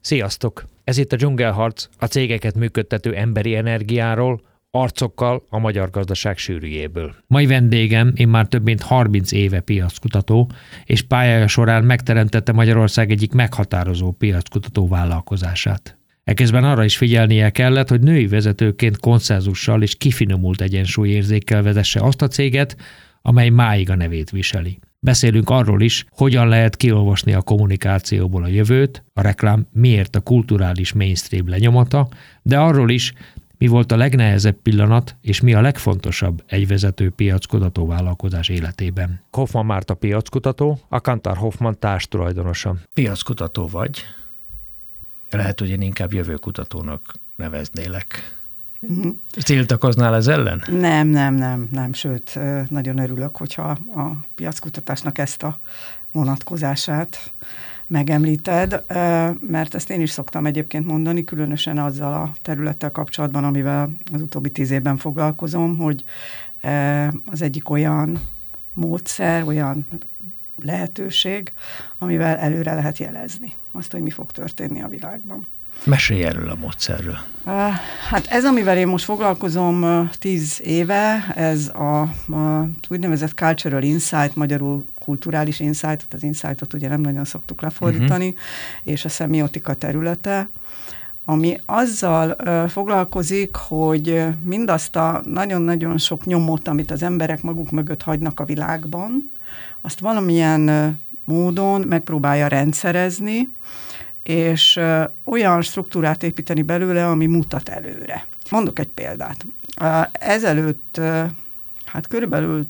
Sziasztok! Ez itt a Dzsungelharc, a cégeket működtető emberi energiáról, arcokkal a magyar gazdaság sűrűjéből. Mai vendégem immár több mint 30 éve piackutató, és pályája során megteremtette Magyarország egyik meghatározó piackutató vállalkozását. Eközben arra is figyelnie kellett, hogy női vezetőként konszenzussal és kifinomult egyensúlyérzékkel vezesse azt a céget, amely máig a nevét viseli. Beszélünk arról is, hogyan lehet kiolvasni a kommunikációból a jövőt, a reklám miért a kulturális mainstream lenyomata, de arról is, mi volt a legnehezebb pillanat, és mi a legfontosabb egy vezető piackutató vállalkozás életében. Hoffman Márta piackutató, a Kantar Hoffman társtulajdonosa. Piackutató vagy. Lehet, hogy én inkább jövőkutatónak neveznélek. Tiltakoznál ez ellen? Nem. Sőt, nagyon örülök, hogyha a piackutatásnak ezt a vonatkozását megemlíted, mert ezt én is szoktam egyébként mondani, különösen azzal a területtel kapcsolatban, amivel az utóbbi 10 évben foglalkozom, hogy az egyik olyan módszer, olyan lehetőség, amivel előre lehet jelezni azt, hogy mi fog történni a világban. Mesélj erről a módszerről. Hát ez, amivel én most foglalkozom 10 éve, ez a úgynevezett Cultural Insight, magyarul kulturális insight, az insightot ugye nem nagyon szoktuk lefordítani, és a szemiotika területe, ami azzal foglalkozik, hogy mindazt a nagyon-nagyon sok nyomot, amit az emberek maguk mögött hagynak a világban, azt valamilyen módon megpróbálja rendszerezni, és olyan struktúrát építeni belőle, ami mutat előre. Mondok egy példát. Ezelőtt, hát körülbelül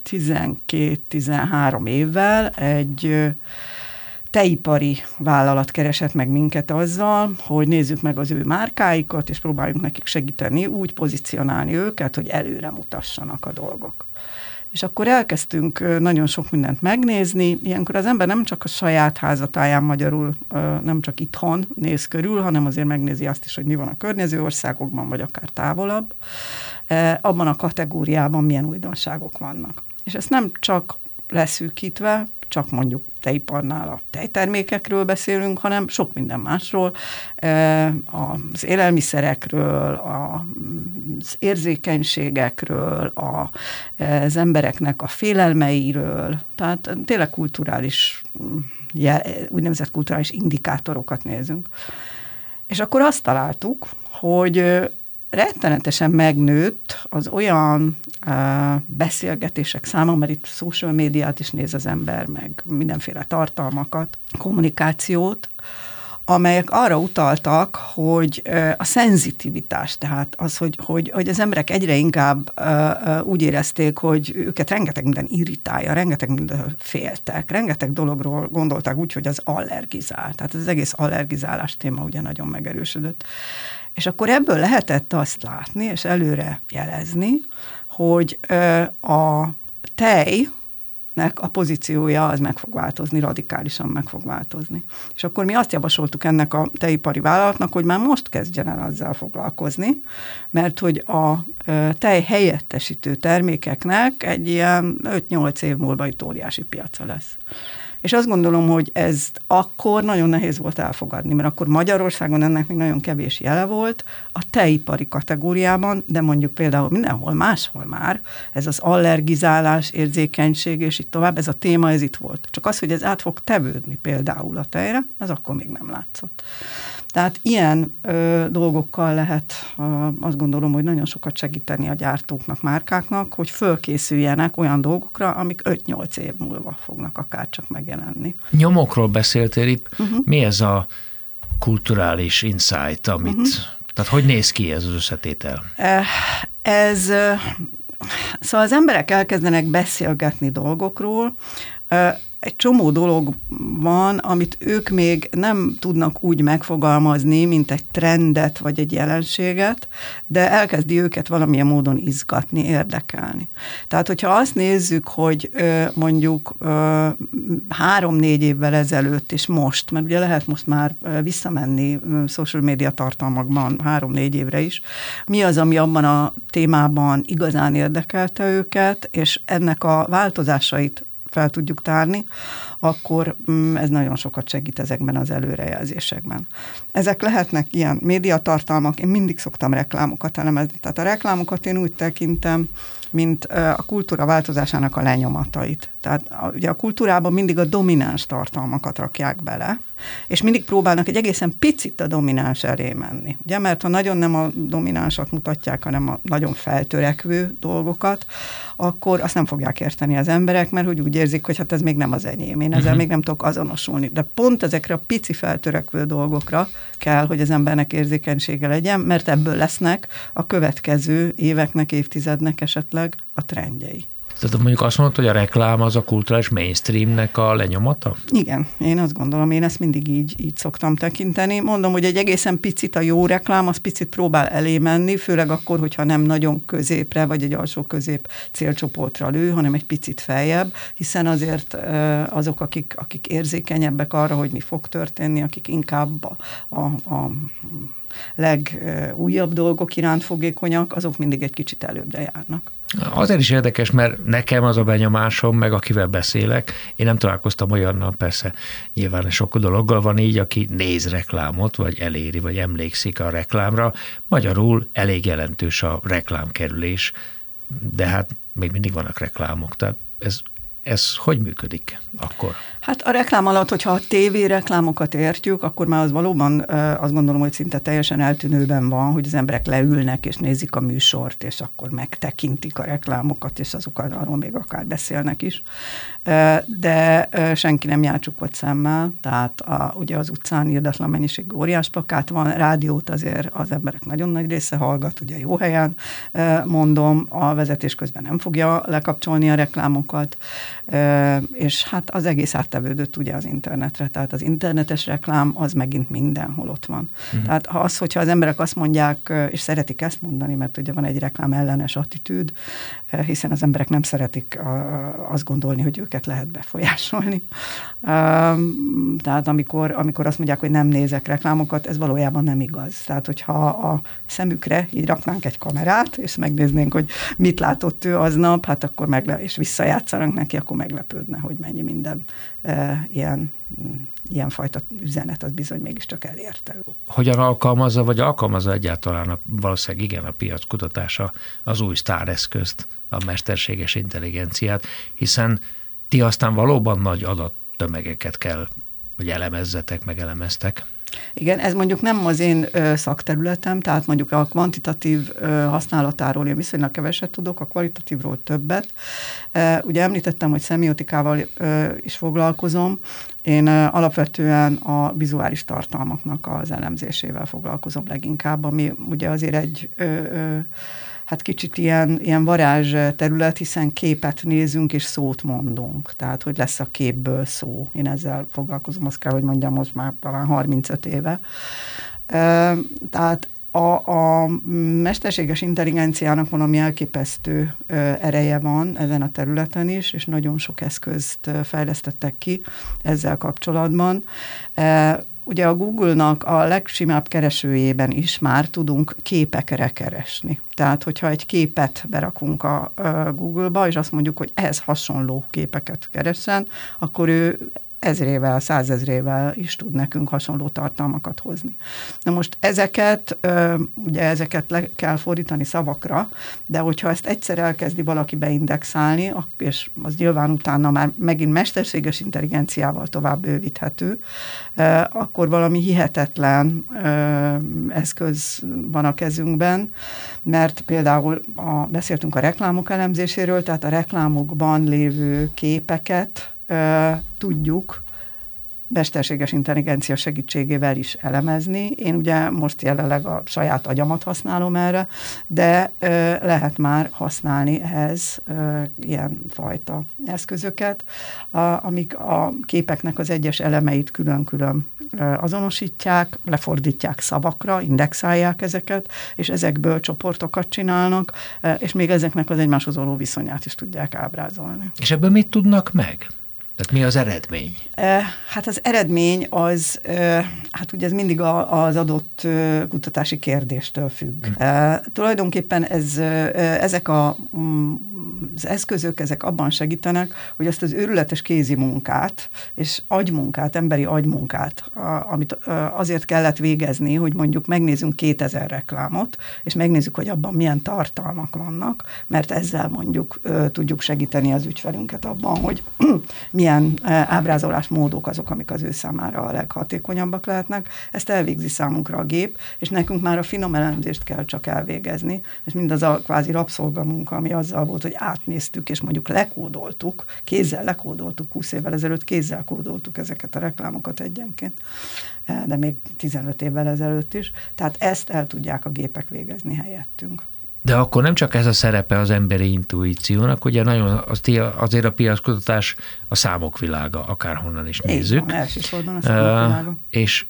12-13 évvel egy tejipari vállalat keresett meg minket azzal, hogy nézzük meg az ő márkáikat, és próbáljunk nekik segíteni, úgy pozícionálni őket, hogy előre mutassanak a dolgok. És akkor elkezdtünk nagyon sok mindent megnézni. Ilyenkor az ember nem csak a saját házatáján, magyarul nem csak itthon néz körül, hanem azért megnézi azt is, hogy mi van a környező országokban, vagy akár távolabb. Abban a kategóriában milyen újdonságok vannak. És ezt nem csak leszűkítve, csak mondjuk tejiparnál a tejtermékekről beszélünk, hanem sok minden másról, az élelmiszerekről, az érzékenységekről, az embereknek a félelmeiről, tehát tényleg kulturális, úgynevezett kulturális indikátorokat nézünk. És akkor azt találtuk, hogy rettenetesen megnőtt az olyan beszélgetések száma, mert itt social médiát is néz az ember, meg mindenféle tartalmakat, kommunikációt, amelyek arra utaltak, hogy a szenzitivitás, tehát az, hogy az emberek egyre inkább úgy érezték, hogy őket rengeteg minden irritálja, rengeteg minden féltek, rengeteg dologról gondolták úgy, hogy az allergizál. Tehát az egész allergizálás téma ugye nagyon megerősödött. És akkor ebből lehetett azt látni, és előre jelezni, hogy a tejnek a pozíciója az meg fog változni, radikálisan meg fog változni. És akkor mi azt javasoltuk ennek a tejipari vállalatnak, hogy már most kezdjen el azzal foglalkozni, mert hogy a tej helyettesítő termékeknek egy ilyen 5-8 év múlva itt óriási piaca lesz. És azt gondolom, hogy ezt akkor nagyon nehéz volt elfogadni, mert akkor Magyarországon ennek még nagyon kevés jele volt, a tejipari kategóriában, de mondjuk például mindenhol máshol már, ez az allergizálás, érzékenység, és így tovább, ez a téma, ez itt volt. Csak az, hogy ez át fog tevődni például a tejre, az akkor még nem látszott. Tehát ilyen dolgokkal lehet azt gondolom, hogy nagyon sokat segíteni a gyártóknak, márkáknak, hogy fölkészüljenek olyan dolgokra, amik 5-8 év múlva fognak akár csak megjelenni. Nyomokról beszéltél itt. Mi ez a kulturális insight, amit... Tehát hogy néz ki ez az összetétel? Szóval az emberek elkezdenek beszélgetni dolgokról, egy csomó dolog van, amit ők még nem tudnak úgy megfogalmazni, mint egy trendet vagy egy jelenséget, de elkezdi őket valamilyen módon izgatni, érdekelni. Tehát, hogyha azt nézzük, hogy mondjuk 3-4 évvel ezelőtt és most, mert ugye lehet most már visszamenni social media tartalmakban 3-4 évre is, mi az, ami abban a témában igazán érdekelte őket, és ennek a változásait fel tudjuk tárni, akkor ez nagyon sokat segít ezekben az előrejelzésekben. Ezek lehetnek ilyen médiatartalmak, én mindig szoktam reklámokat elemezni. Tehát a reklámokat én úgy tekintem, mint a kultúra változásának a lenyomatait. Tehát ugye a kultúrában mindig a domináns tartalmakat rakják bele, és mindig próbálnak egy egészen picit a domináns elé menni. Ugye, mert ha nagyon nem a dominánsat mutatják, hanem a nagyon feltörekvő dolgokat, akkor azt nem fogják érteni az emberek, mert úgy érzik, hogy hát ez még nem az enyém, én ezzel még nem tudok azonosulni. De pont ezekre a pici feltörekvő dolgokra kell, hogy az embernek érzékenysége legyen, mert ebből lesznek a következő éveknek, évtizednek esetleg a trendjei. Tehát mondjuk azt mondod, hogy a reklám az a kulturális mainstreamnek a lenyomata? Igen, én azt gondolom, én ezt mindig így szoktam tekinteni. Mondom, hogy egy egészen picit a jó reklám, az picit próbál elé menni, főleg akkor, hogyha nem nagyon középre, vagy egy alsó közép célcsoportra lő, hanem egy picit feljebb, hiszen azért azok, akik érzékenyebbek arra, hogy mi fog történni, akik inkább a legújabb dolgok iránt fogékonyak, azok mindig egy kicsit előbbre járnak. Azért is érdekes, mert nekem az a benyomásom, meg akivel beszélek, én nem találkoztam olyannal, persze nyilván sok dologgal van így, aki néz reklámot, vagy eléri, vagy emlékszik a reklámra. Magyarul elég jelentős a reklámkerülés, de hát még mindig vannak reklámok, tehát ez hogy működik akkor? Hát a reklám alatt, hogyha a tévéreklámokat értjük, akkor már az valóban azt gondolom, hogy szinte teljesen eltűnőben van, hogy az emberek leülnek és nézik a műsort, és akkor megtekintik a reklámokat, és azokat arról még akár beszélnek is. De senki nem jár csukott szemmel, tehát ugye az utcán irdatlan mennyiség óriás plakát van, rádiót azért az emberek nagyon nagy része hallgat, ugye jó helyen mondom, a vezetés közben nem fogja lekapcsolni a reklámokat, és hát az egész áttevődött ugye az internetre, tehát az internetes reklám az megint mindenhol ott van. Tehát hogyha az emberek azt mondják, és szeretik ezt mondani, mert ugye van egy reklám ellenes attitűd, hiszen az emberek nem szeretik azt gondolni, hogy őket lehet befolyásolni. Tehát amikor azt mondják, hogy nem nézek reklámokat, ez valójában nem igaz. Tehát hogyha a szemükre így raknánk egy kamerát, és megnéznénk, hogy mit látott ő aznap, hát akkor és visszajátszanak neki, akkor meglepődne, hogy mennyi minden ilyenfajta üzenet, az bizony mégiscsak elérte. Hogyan alkalmazza egyáltalán valószínűleg igen a piackutatása az új sztáreszközt, a mesterséges intelligenciát, hiszen ti aztán valóban nagy adattömegeket kell, hogy elemezzetek, megelemeztek. Igen, ez mondjuk nem az én szakterületem, tehát mondjuk a kvantitatív használatáról én viszonylag keveset tudok, a kvalitatívról többet. Ugye említettem, hogy szemiotikával is foglalkozom. Én alapvetően a vizuális tartalmaknak az elemzésével foglalkozom leginkább, ami ugye azért egy hát kicsit ilyen varázs terület, hiszen képet nézünk és szót mondunk. Tehát, hogy lesz a képből szó. Én ezzel foglalkozom, azt kell, hogy mondjam, most már talán 35 éve. Tehát a mesterséges intelligenciának valami elképesztő ereje van ezen a területen is, és nagyon sok eszközt fejlesztettek ki ezzel kapcsolatban. Ugye a Google-nak a legsimább keresőjében is már tudunk képekre keresni. Tehát, hogyha egy képet berakunk a Google-ba, és azt mondjuk, hogy ehhez hasonló képeket keressen, akkor ő ezrével, százezrével is tud nekünk hasonló tartalmakat hozni. Na most ezeket le kell fordítani szavakra, de hogyha ezt egyszer elkezdi valaki beindexálni, és az nyilván utána már megint mesterséges intelligenciával tovább bővíthető, akkor valami hihetetlen eszköz van a kezünkben, mert például beszéltünk a reklámok elemzéséről, tehát a reklámokban lévő képeket tudjuk mesterséges intelligencia segítségével is elemezni. Én ugye most jelenleg a saját agyamat használom erre, de lehet már használni ehhez ilyen fajta eszközöket, amik a képeknek az egyes elemeit külön-külön azonosítják, lefordítják szavakra, indexálják ezeket, és ezekből csoportokat csinálnak, és még ezeknek az egymáshoz való viszonyát is tudják ábrázolni. És ebből mit tudnak meg? Tehát mi az eredmény? Hát az eredmény az, hát ugye ez mindig az adott kutatási kérdéstől függ. Tulajdonképpen ezek a az eszközök, ezek abban segítenek, hogy azt az őrületes kézi munkát, és agymunkát, emberi agymunkát, amit azért kellett végezni, hogy mondjuk megnézzünk 2000 reklámot, és megnézzük, hogy abban milyen tartalmak vannak, mert ezzel mondjuk tudjuk segíteni az ügyfelünket abban, hogy milyen ábrázolásmódok azok, amik az ő számára a leghatékonyabbak lehetnek. Ezt elvégzi számunkra a gép, és nekünk már a finom elemzést kell csak elvégezni, és mindaz a kvázi rabszolgamunka, ami azzal volt, hogy átnéztük, és mondjuk lekódoltuk, kézzel lekódoltuk, 20 évvel ezelőtt kézzel kódoltuk ezeket a reklámokat egyenként, de még 15 évvel ezelőtt is. Tehát ezt el tudják a gépek végezni helyettünk. De akkor nem csak ez a szerepe az emberi intuíciónak, ugye nagyon azért a piackutatás a számok világa, akárhonnan is nézzük. Így van, elsősorban a számok világa. És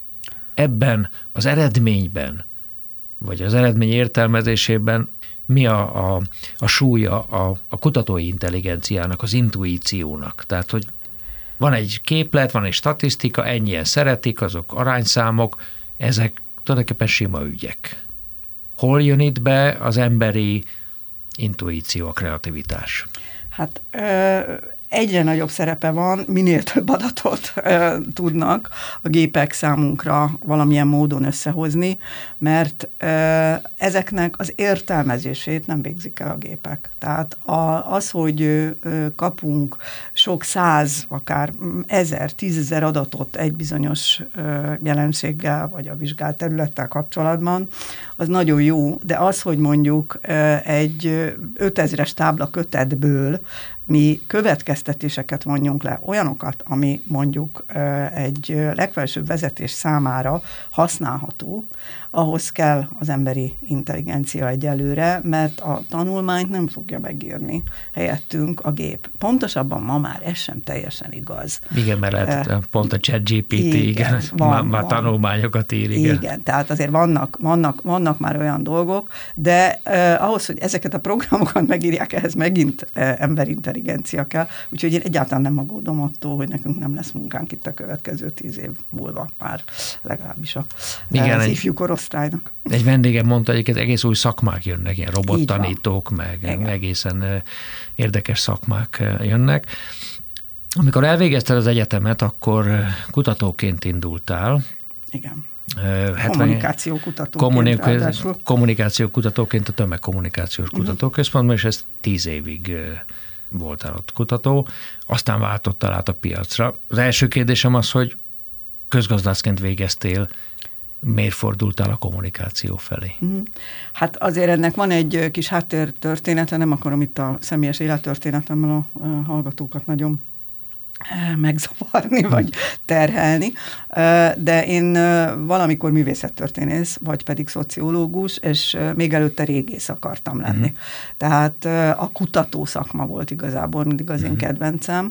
ebben az eredményben, vagy az eredmény értelmezésében mi a súlya a kutatói intelligenciának, az intuíciónak? Tehát, hogy van egy képlet, van egy statisztika, ennyien szeretik, azok arányszámok, ezek tulajdonképpen sima ügyek. Hol jön itt be az emberi intuíció, a kreativitás? Hát egyre nagyobb szerepe van, minél több adatot tudnak a gépek számunkra valamilyen módon összehozni, mert ezeknek az értelmezését nem végzik el a gépek. Tehát az, hogy kapunk sok száz, akár 1000, 10.000 adatot egy bizonyos jelenséggel, vagy a vizsgált területtel kapcsolatban, az nagyon jó, de az, hogy mondjuk egy 5000-es táblakötetből mi következtetéseket vonjunk le, olyanokat, ami mondjuk egy legfelsőbb vezetés számára használható, ahhoz kell az emberi intelligencia egyelőre, mert a tanulmányt nem fogja megírni helyettünk a gép. Pontosabban ma már ez sem teljesen igaz. Igen, mert lehet pont a ChatGPT már tanulmányokat ír. Igen, tehát azért vannak már olyan dolgok, de ahhoz, hogy ezeket a programokat megírják, ehhez megint emberi intelligencia kell, úgyhogy én egyáltalán nem aggódom attól, hogy nekünk nem lesz munkánk itt a következő 10 év múlva már, legalábbis az ifjú korosztálynak. Egy vendégem mondta, hogy egész új szakmák jönnek, ilyen robottanítók, meg egészen érdekes szakmák jönnek. Amikor elvégezted az egyetemet, akkor kutatóként indultál. Igen. Kommunikációkutatóként a Tömegkommunikációs Kutatóközpontban, és ez 10 évig voltál ott kutató, aztán váltottál át a piacra. Az első kérdésem az, hogy közgazdászként végeztél, miért fordultál a kommunikáció felé? Hát azért ennek van egy kis háttértörténete, nem akarom itt a személyes élettörténetemmel a hallgatókat nagyon megzavarni, vagy terhelni, de én valamikor művészettörténész, vagy pedig szociológus, és még előtte régész akartam lenni. Tehát a kutató szakma volt igazából mindig az én kedvencem,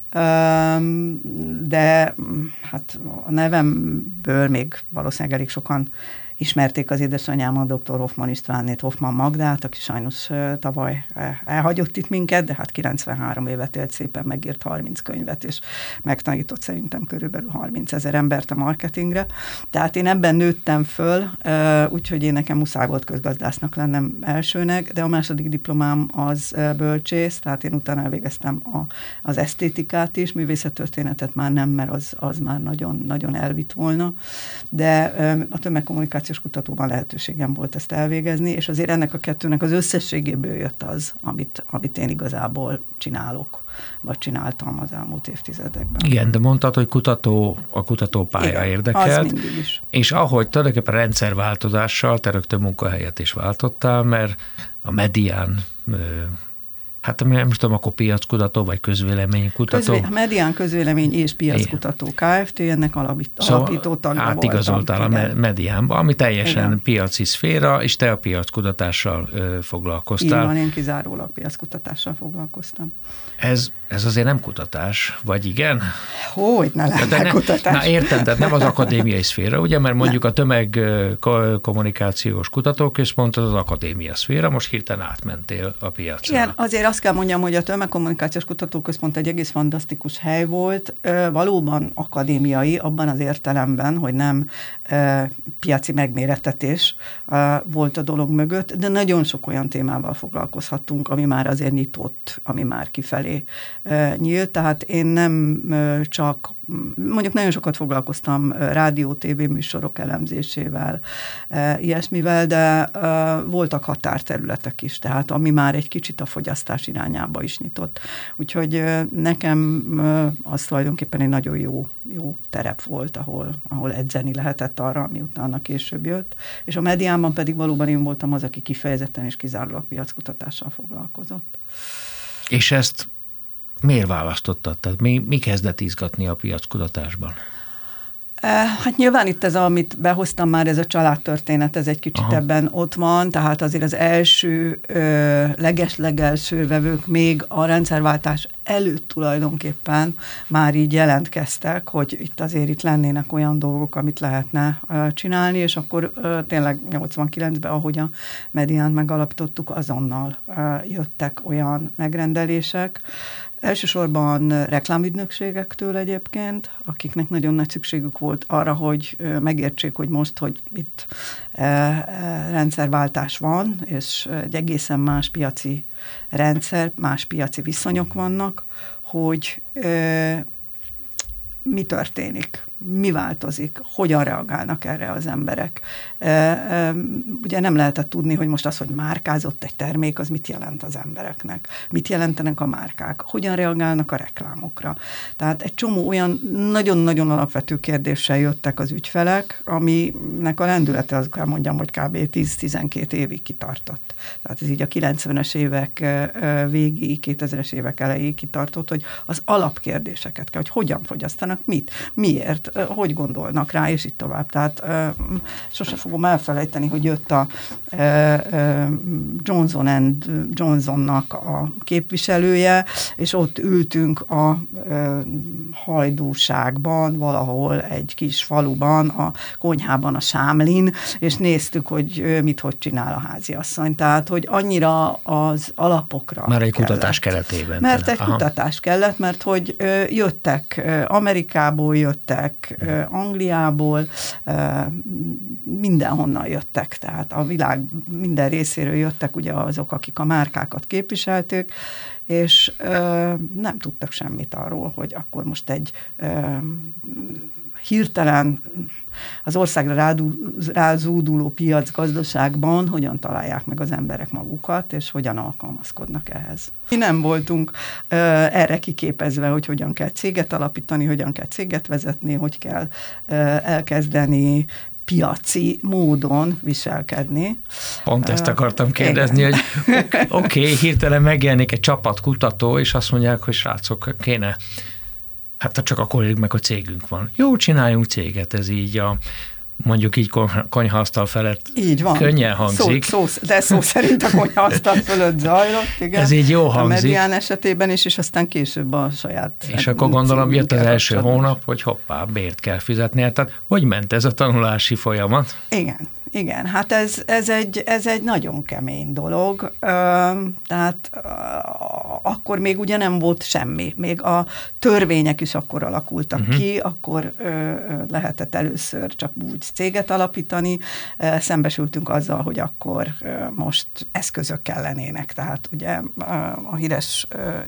de hát a nevemből még valószínűleg elég sokan ismerték az édesanyámat, dr. Hoffman Istvánnét, Hoffman Magdát, aki sajnos tavaly elhagyott itt minket, de hát 93 évet élt, szépen megírt 30 könyvet, és megtanított szerintem körülbelül 30 000 embert a marketingre. Tehát én ebben nőttem föl, úgyhogy én nekem muszáj volt közgazdásznak lennem elsőnek, de a második diplomám az bölcsész, tehát én utána elvégeztem az esztétikát is, művészettörténetet már nem, mert az már nagyon, nagyon elvitt volna, de a tömegkommunikációs kutatóban lehetőségem volt ezt elvégezni, és azért ennek a kettőnek az összességéből jött az, amit én igazából csinálok, vagy csináltam az elmúlt évtizedekben. Igen, de mondtad, hogy a kutatópálya érdekelt. Az mindig is. És ahogy tulajdonképpen rendszerváltozással te rögtön munkahelyet is váltottál, mert a Medián, hát nem tudom, akkor piackutató, vagy közvéleménykutató? Medián közvélemény és piackutató Kft. Ennek alapító tagja átigazoltál a Mediánba, ami teljesen piaci szféra, és te a piackutatással foglalkoztál. Így van, én kizárólag piackutatással foglalkoztam. Ez azért nem kutatás, vagy igen? Hogy ne lenne kutatás? Na értem, tehát nem az akadémiai szféra, ugye, mert mondjuk a Tömegkommunikációs Kutatóközpont az akadémia szféra, most hirtelen átmentél a piacra. Igen, azért azt kell mondjam, hogy a Tömegkommunikációs Kutatóközpont egy egész fantasztikus hely volt, valóban akadémiai, abban az értelemben, hogy nem piaci megmérettetés volt a dolog mögött, de nagyon sok olyan témával foglalkozhattunk, ami már azért nyitott, ami már kifelé nyílt, tehát én nem csak, mondjuk nagyon sokat foglalkoztam rádió, tévéműsorok elemzésével, ilyesmivel, de voltak határterületek is, tehát ami már egy kicsit a fogyasztás irányába is nyitott. Úgyhogy nekem az tulajdonképpen egy nagyon jó terep volt, ahol edzeni lehetett arra, ami utána később jött, és a médiában pedig valóban én voltam az, aki kifejezetten és kizárólag piackutatással foglalkozott. És ezt miért választottad? Tehát mi kezdett izgatni a piackutatásban? Hát nyilván itt ez, amit behoztam már, ez a családtörténet, ez egy kicsit ebben ott van, tehát azért az első, leges-legelső vevők még a rendszerváltás előtt tulajdonképpen már így jelentkeztek, hogy itt lennének olyan dolgok, amit lehetne csinálni, és akkor tényleg 89-ben, ahogy a Mediánt megalapítottuk, azonnal jöttek olyan megrendelések, elsősorban reklámügynökségektől egyébként, akiknek nagyon nagy szükségük volt arra, hogy megértsék, hogy most, hogy itt rendszerváltás van, és egy egészen más piaci rendszer, más piaci viszonyok vannak, hogy mi történik, mi változik, hogyan reagálnak erre az emberek. Ugye nem lehetett tudni, hogy most az, hogy márkázott egy termék, az mit jelent az embereknek, mit jelentenek a márkák, hogyan reagálnak a reklámokra. Tehát egy csomó olyan nagyon-nagyon alapvető kérdéssel jöttek az ügyfelek, aminek a lendülete, azt kell mondjam, hogy kb. 10-12 évig kitartott. Tehát ez így a 90-es évek végéig, 2000-es évek elejéig kitartott, hogy az alapkérdéseket kell, hogy hogyan fogyasztanak, mit, miért, hogy gondolnak rá, és itt tovább. Tehát sose fogom elfelejteni, hogy jött a Johnson & Johnsonnak a képviselője, és ott ültünk a Hajdúságban, valahol egy kis faluban, a konyhában, a Sámlin, és néztük, hogy hogy csinál a háziasszony. Tehát, hogy annyira az alapokra már egy kutatás keretében. Mert egy kutatás kellett, mert hogy jöttek Amerikából, jöttek Angliából, mindenhonnan jöttek, tehát a világ minden részéről jöttek ugye azok, akik a márkákat képviselték, és nem tudtak semmit arról, hogy akkor most egy hirtelen az országra rázúduló piacgazdaságban hogyan találják meg az emberek magukat, és hogyan alkalmazkodnak ehhez. Mi nem voltunk erre kiképezve, hogy hogyan kell céget alapítani, hogyan kell céget vezetni, hogy kell elkezdeni piaci módon viselkedni. Pont ezt akartam kérdezni, hogy oké, hirtelen megjelenik egy csapatkutató, és azt mondják, hogy srácok, kéne, hát csak akkor érjük meg, hogy cégünk van. Jó, csináljunk céget, ez így mondjuk így konyhaasztal felett így van. Könnyen hangzik. De szó szerint a konyhaasztal fölött zajlott, igen. Ez így jó hangzik. A Medián esetében is, és aztán később a saját... És akkor gondolom jött az első hónap, hogy hoppá, bért kell fizetni. Tehát hogy ment ez a tanulási folyamat? Igen, hát ez egy nagyon kemény dolog, tehát akkor még ugye nem volt semmi, még a törvények is akkor alakultak ki, akkor lehetett először csak úgy céget alapítani, szembesültünk azzal, hogy akkor most eszközök kellenének, tehát ugye a híres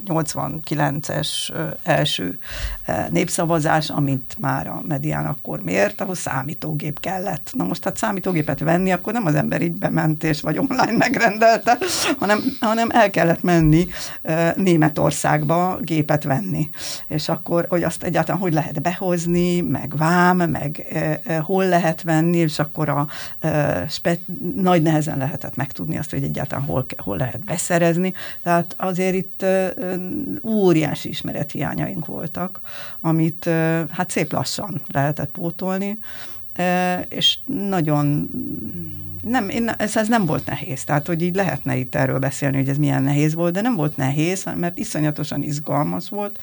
89-es első népszavazás, amit már a Medián akkor mért, ahhoz számítógép kellett. Na most hát számítógépet venni, akkor nem az ember így bement és vagy online megrendelte, hanem el kellett menni Németországba gépet venni. És akkor, hogy azt egyáltalán hogy lehet behozni, meg vám, meg hol lehet venni, és akkor nagy nehezen lehetett megtudni azt, hogy egyáltalán hol lehet beszerezni. Tehát azért itt óriási ismerethiányaink voltak, amit hát szép lassan lehetett pótolni, és nagyon ez nem volt nehéz, tehát hogy így lehetne itt erről beszélni, hogy ez milyen nehéz volt, de nem volt nehéz, mert iszonyatosan izgalmas volt,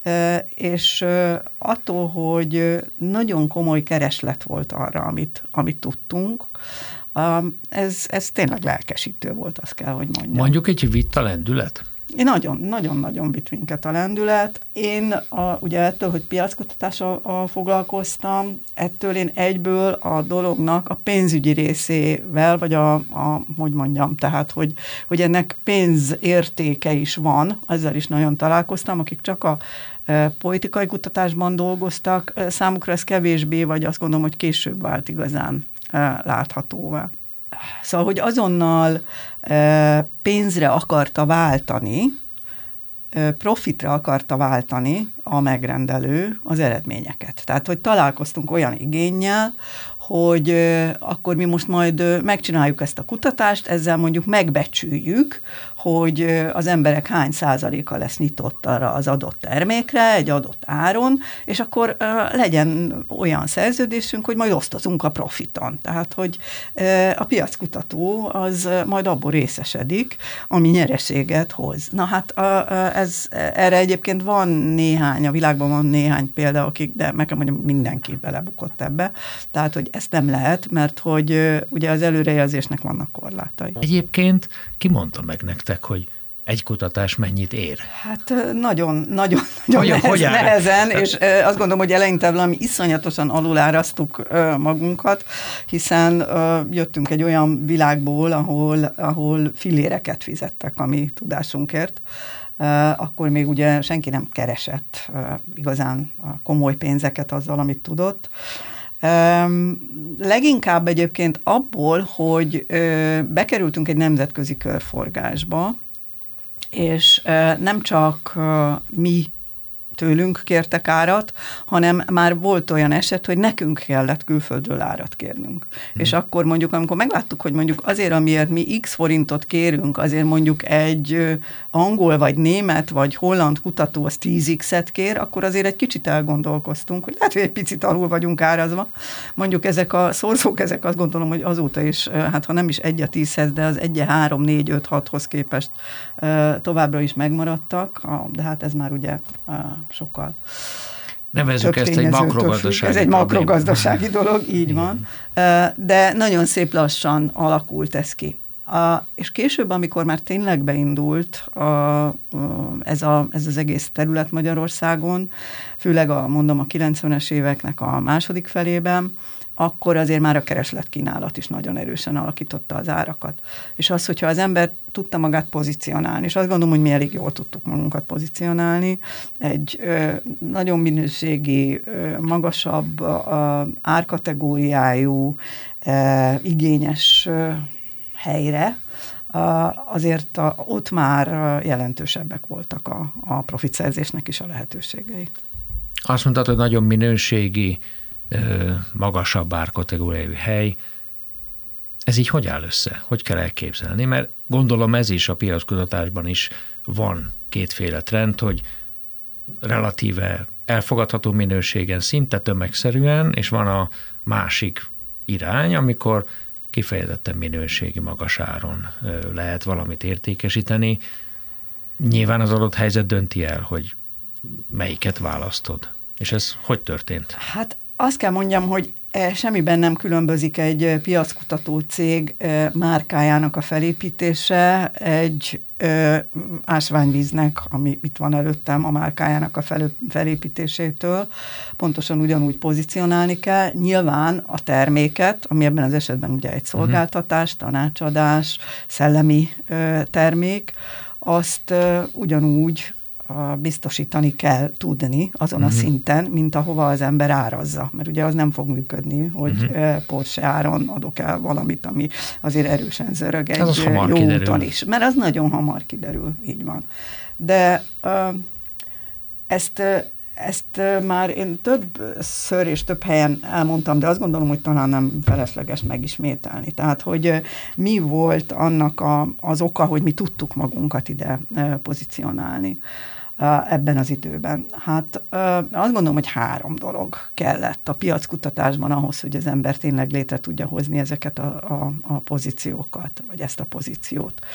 és attól, hogy nagyon komoly kereslet volt arra, amit tudtunk, ez tényleg lelkesítő volt, azt kell, hogy mondjam. Mondjuk egy vitt a lendület? Én nagyon-nagyon vitt minket a lendület. Én ugye ettől, hogy piackutatással foglalkoztam, ettől én egyből a dolognak a pénzügyi részével, vagy hogy mondjam, tehát, hogy ennek pénzértéke is van, ezzel is nagyon találkoztam, akik csak a politikai kutatásban dolgoztak, számukra ez kevésbé, vagy azt gondolom, hogy később vált igazán láthatóvá. Szóval, hogy azonnal pénzre akarta váltani, profitra akarta váltani a megrendelő az eredményeket. Tehát, hogy találkoztunk olyan igénnyel, hogy akkor mi most majd megcsináljuk ezt a kutatást, ezzel mondjuk megbecsüljük, hogy az emberek hány százaléka lesz nyitott arra az adott termékre, egy adott áron, és akkor legyen olyan szerződésünk, hogy majd osztozunk a profiton. Tehát, hogy a piackutató az majd abból részesedik, ami nyereséget hoz. Na hát erre egyébként van néhány, a világban van néhány példa, de meg kell mondjam, mindenki belebukott ebbe. Tehát, hogy ezt nem lehet, mert hogy ugye az előrejelzésnek vannak korlátai. Egyébként ki mondta meg nektek, hogy egy kutatás mennyit ér? Hát nagyon nehezen, és azt gondolom, hogy eleinte valami iszonyatosan alulárasztuk magunkat, hiszen jöttünk egy olyan világból, ahol filléreket fizettek a mi tudásunkért. Akkor még ugye senki nem keresett igazán komoly pénzeket azzal, amit tudott. Leginkább egyébként abból, hogy bekerültünk egy nemzetközi körforgásba, és nem csak mi tőlünk kértek árat, hanem már volt olyan eset, hogy nekünk kellett külföldről árat kérnünk. És akkor mondjuk, amikor megláttuk, hogy mondjuk azért, amiért mi x forintot kérünk, azért mondjuk egy angol, vagy német, vagy holland kutató az 10x-et kér, akkor azért egy kicsit elgondolkoztunk, hogy lehet, hogy egy picit alul vagyunk árazva. Mondjuk ezek a szorzók, ezek azt gondolom, hogy azóta is, hát ha nem is 1/10-hez, de az 1/3, 4, 5, 6-hoz képest továbbra is megmaradtak, de hát ez már ugye sokkal nevezzük ezt egy makrogazdasági. Ez egy makrogazdasági dolog, így van. De nagyon szép lassan alakult ez ki. És később, amikor már tényleg beindult ez az egész terület Magyarországon, főleg mondom a 90-es éveknek a második felében, akkor azért már a kereslet-kínálat is nagyon erősen alakította az árakat. És az, hogyha az ember tudta magát pozícionálni, és azt gondolom, hogy mi elég jól tudtuk magunkat pozícionálni, egy nagyon minőségi, magasabb árkategóriájú, igényes helyre, azért ott már jelentősebbek voltak a profitszerzésnek is a lehetőségei. Azt mondtad, hogy nagyon minőségi, magasabb árkategóriájú hely. Ez így hogy áll össze? Hogy kell elképzelni? Mert gondolom ez is a piackutatásban is van kétféle trend, hogy relatíve elfogadható minőségen, szinte tömegszerűen, és van a másik irány, amikor kifejezetten minőségi magas áron lehet valamit értékesíteni. Nyilván az adott helyzet dönti el, hogy melyiket választod. És ez hogy történt? Hát azt kell mondjam, hogy semmiben nem különbözik egy piackutató cég márkájának a felépítése egy ásványvíznek, ami itt van előttem, a márkájának a felépítésétől. Pontosan ugyanúgy pozícionálni kell. Nyilván a terméket, ami ebben az esetben ugye egy szolgáltatás, tanácsadás, szellemi termék, azt ugyanúgy biztosítani kell tudni azon a szinten, mint ahova az ember árazza. Mert ugye az nem fog működni, hogy Porsche áron adok el valamit, ami azért erősen zörög egy jó úton is. Mert az nagyon hamar kiderül, így van. De ezt már én többször és több helyen elmondtam, de azt gondolom, hogy talán nem felesleges megismételni. Tehát, hogy mi volt annak az oka, hogy mi tudtuk magunkat ide pozícionálni ebben az időben. Hát azt gondolom, hogy 3 dolog kellett a piackutatásban ahhoz, hogy az ember tényleg létre tudja hozni ezeket a pozíciókat, vagy ezt a pozíciót.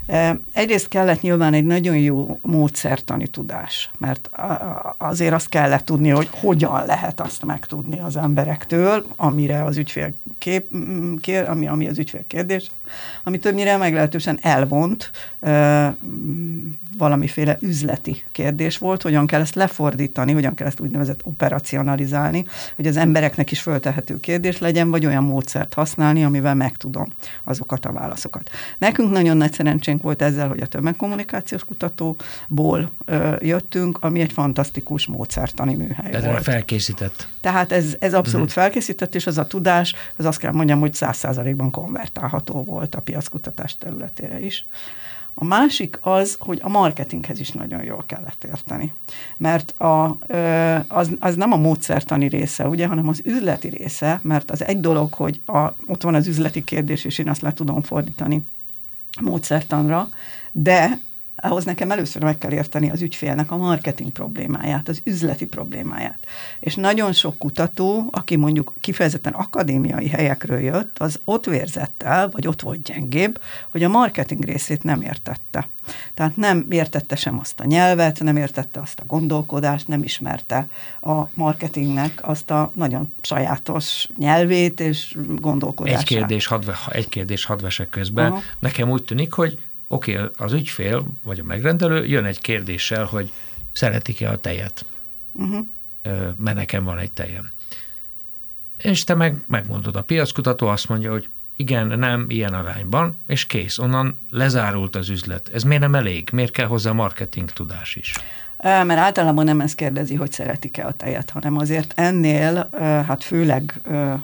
Egyrészt kellett nyilván egy nagyon jó módszertani tudás, mert azért azt kellett tudni, hogy hogyan lehet azt megtudni az emberektől, amire az ügyfél ami az ügyfél kérdés, ami többnyire meglehetősen elvont valamiféle üzleti kérdés volt, hogyan kell ezt lefordítani, hogyan kell ezt úgynevezett operacionalizálni, hogy az embereknek is föltehető kérdés legyen, vagy olyan módszert használni, amivel megtudom azokat a válaszokat. Nekünk nagyon nagy szerencsénk volt ezzel, hogy a tömegkommunikációs kutatóból jöttünk, ami egy fantasztikus módszertani műhely ez volt. Felkészített. Tehát ez abszolút felkészített, és az a tudás, az azt kell mondjam, hogy 100%-ban konvertálható volt a piackutatás területére is. A másik az, hogy a marketinghez is nagyon jól kellett érteni. Mert az nem a módszertani része, ugye, hanem az üzleti része, mert az egy dolog, hogy ott van az üzleti kérdés, és én azt le tudom fordítani módszertanra, de ahhoz nekem először meg kell érteni az ügyfélnek a marketing problémáját, az üzleti problémáját. És nagyon sok kutató, aki mondjuk kifejezetten akadémiai helyekről jött, az ott vérzett el, vagy ott volt gyengébb, hogy a marketing részét nem értette. Tehát nem értette sem azt a nyelvet, nem értette azt a gondolkodást, nem ismerte a marketingnek azt a nagyon sajátos nyelvét és gondolkodását. Egy kérdés hadd vesek közben. Aha. Nekem úgy tűnik, hogy oké, az ügyfél, vagy a megrendelő jön egy kérdéssel, hogy szeretik-e a tejet, mert nekem van egy tejem. És te megmondod, a piackutató azt mondja, hogy igen, nem, ilyen arányban, és kész, onnan lezárult az üzlet. Ez miért nem elég? Miért kell hozzá marketing tudás is? Mert általában nem ezt kérdezi, hogy szeretik-e a tejet, hanem azért ennél, hát főleg,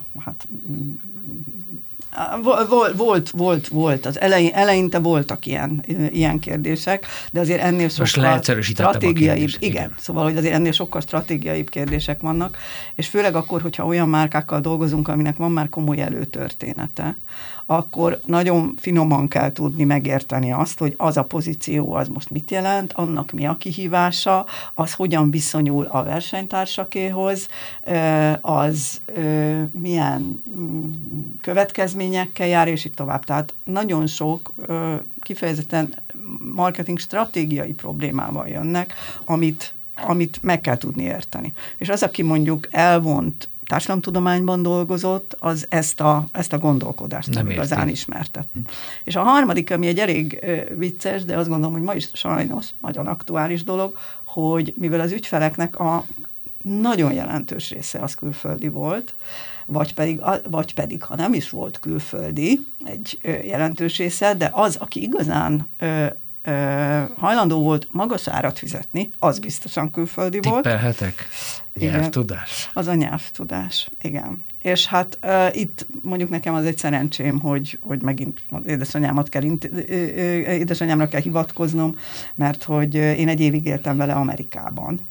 volt. Az eleinte voltak ilyen kérdések, de azért ennél sokkal stratégiaibb. Igen, szóval, hogy azért ennél sokkal stratégiaibb kérdések vannak, és főleg akkor, hogyha olyan márkákkal dolgozunk, aminek van már komoly előtörténete, akkor nagyon finoman kell tudni megérteni azt, hogy az a pozíció az most mit jelent, annak mi a kihívása, az hogyan viszonyul a versenytársakéhoz, az milyen következményekkel jár, és így tovább. Tehát nagyon sok kifejezetten marketing stratégiai problémával jönnek, amit meg kell tudni érteni. És az, aki mondjuk elvont társadalomtudományban dolgozott, az ezt a gondolkodást nem igazán ismertet. És a harmadik, ami egy elég vicces, de azt gondolom, hogy ma is sajnos nagyon aktuális dolog, hogy mivel az ügyfeleknek a nagyon jelentős része az külföldi volt, vagy pedig ha nem is volt külföldi egy jelentős része, de az, aki igazán hajlandó volt magas árat fizetni, az biztosan külföldi volt. Tippelhetek? Nyelvtudás? Az a nyelvtudás, igen. És hát itt mondjuk nekem az egy szerencsém, hogy megint az édesanyámra kell hivatkoznom, mert hogy én egy évig éltem vele Amerikában.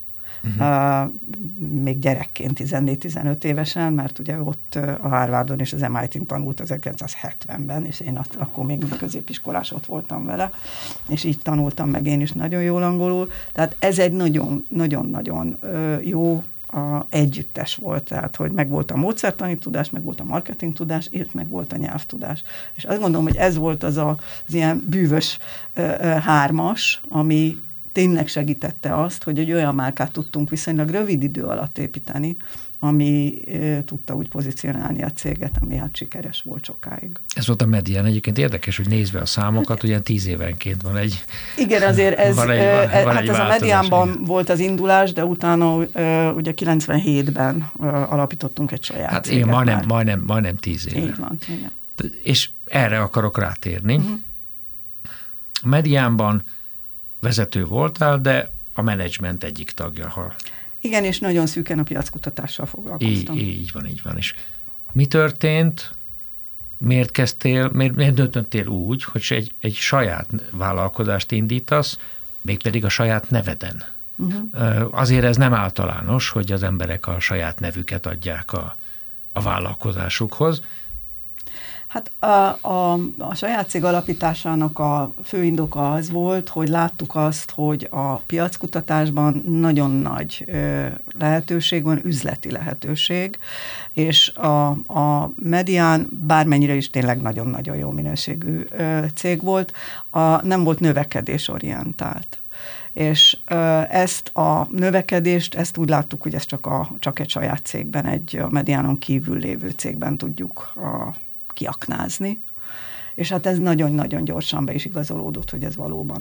Még gyerekként, 14-15 évesen, mert ugye ott a Harvardon és az MIT-n tanult 1970-ben, és én akkor még középiskolás ott voltam vele, és így tanultam meg én is nagyon jól angolul. Tehát ez egy nagyon-nagyon jó együttes volt, tehát hogy megvolt a módszertani tudás, megvolt a marketing tudás, és megvolt a nyelvtudás. És azt gondolom, hogy ez volt az ilyen bűvös hármas, ami tényleg segítette azt, hogy egy olyan márkát tudtunk viszonylag rövid idő alatt építeni, ami tudta úgy pozícionálni a céget, ami hát sikeres volt sokáig. Ez volt a Medián. Egyébként érdekes, hogy nézve a számokat, ilyen 10 évenként van egy... Igen, azért ez a Mediánban volt az indulás, de utána ugye 97-ben alapítottunk egy saját hát céget. Igen, majdnem 10 éve. Így van, igen. És erre akarok rátérni. A Mediánban vezető voltál, de a menedzsment egyik tagja. Igen, és nagyon szűken a piackutatással foglalkoztam. Így van. És mi történt? Miért kezdtél, miért döntöttél úgy, hogy egy saját vállalkozást indítasz, mégpedig a saját neveden? Azért ez nem általános, hogy az emberek a saját nevüket adják a vállalkozásukhoz. Hát a saját cég alapításának a fő indoka az volt, hogy láttuk azt, hogy a piackutatásban nagyon nagy lehetőség van, üzleti lehetőség, és a Medián bármennyire is tényleg nagyon-nagyon jó minőségű cég volt, nem volt növekedésorientált. És ezt a növekedést, ezt úgy láttuk, hogy ezt csak egy saját cégben, a Mediánon kívül lévő cégben tudjuk kiaknázni. És hát ez nagyon-nagyon gyorsan be is igazolódott, hogy ez valóban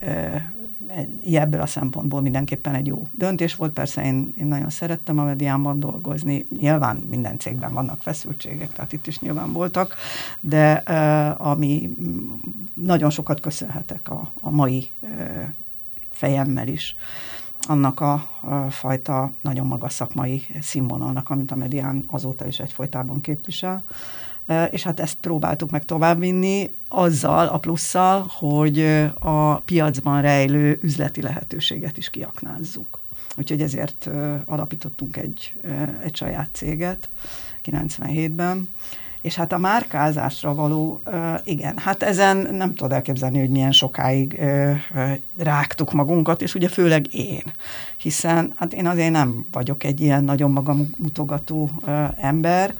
ebből a szempontból mindenképpen egy jó döntés volt. Persze én nagyon szerettem a Mediánban dolgozni. Nyilván minden cégben vannak feszültségek, tehát itt is nyilván voltak, de ami nagyon sokat köszönhetek a mai fejemmel is, annak a fajta nagyon magas szakmai színvonalnak, amit a Medián azóta is egyfolytában képvisel. És hát ezt próbáltuk meg továbbvinni azzal a plusszal, hogy a piacban rejlő üzleti lehetőséget is kiaknázzuk. Úgyhogy ezért alapítottunk egy saját céget 97-ben, és hát a márkázásra való, igen, hát ezen nem tudod elképzelni, hogy milyen sokáig rágtuk magunkat, és ugye főleg én, hiszen hát én azért nem vagyok egy ilyen nagyon magamutogató ember,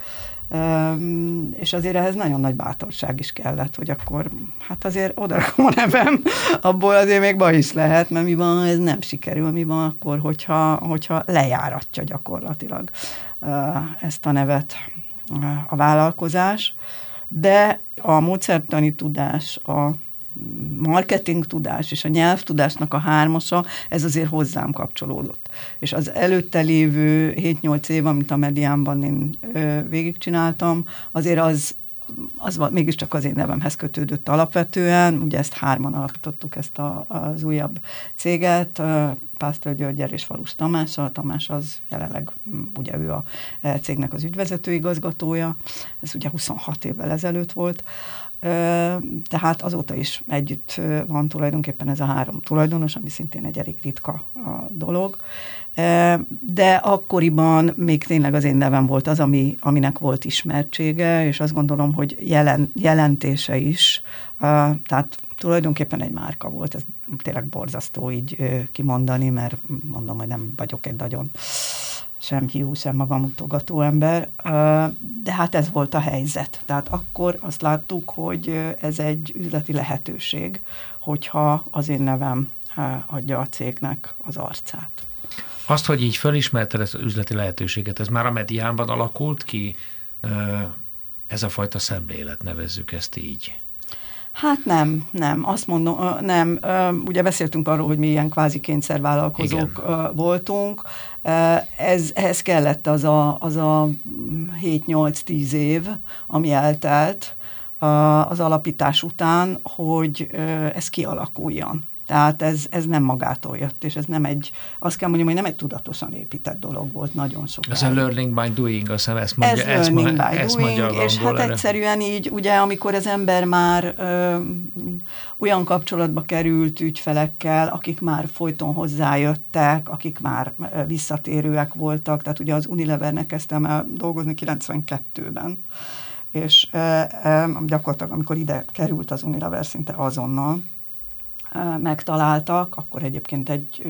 és azért ehhez nagyon nagy bátorság is kellett, hogy akkor hát azért odarakom a nevem, abból azért még baj is lehet, mert mi van, ez nem sikerül, mi van akkor, hogyha lejáratja gyakorlatilag ezt a nevet a vállalkozás, de a módszertani tudás, a marketing tudás és a nyelvtudásnak a hármasa, ez azért hozzám kapcsolódott. És az előtte lévő 7-8 év, amit a Mediánban én végigcsináltam, azért az mégiscsak az én nevemhez kötődött alapvetően, ugye ezt 3-an alapítottuk, ezt az újabb céget, Pásztor Györgyel és Falus Tamással. Tamás az jelenleg, ugye ő a cégnek az ügyvezető igazgatója, ez ugye 26 évvel ezelőtt volt, tehát azóta is együtt van tulajdonképpen ez a 3 tulajdonos, ami szintén egy elég ritka dolog, de akkoriban még tényleg az én nevem volt az, aminek volt ismertsége, és azt gondolom, hogy jelentése is, tehát tulajdonképpen egy márka volt, ez tényleg borzasztó így kimondani, mert mondom, hogy nem vagyok egy nagyon sem hiú, sem magamutogató ember, de hát ez volt a helyzet. Tehát akkor azt láttuk, hogy ez egy üzleti lehetőség, hogyha az én nevem adja a cégnek az arcát. Azt, hogy így felismerted ezt az üzleti lehetőséget, ez már a Mediánban alakult ki, ez a fajta szemlélet, nevezzük ezt így. Hát nem, azt mondom, nem. Ugye beszéltünk arról, hogy mi ilyen kvázi kényszervállalkozók voltunk. Ehhez kellett az a 7-8-10 év, ami eltelt az alapítás után, hogy ez kialakuljon. Tehát ez nem magától jött, és ez nem azt kell mondjam, hogy nem egy tudatosan épített dolog volt nagyon sokáig. Ez a learning by doing, azt hiszem ezt mondja. Ez learning by doing, és hát egyszerűen így, ugye, amikor az ember már olyan kapcsolatba került ügyfelekkel, akik már folyton hozzájöttek, akik már visszatérőek voltak, tehát ugye az Unilevernek kezdtem el dolgozni 92-ben, és gyakorlatilag amikor ide került az Unilever, szinte azonnal megtaláltak, akkor egyébként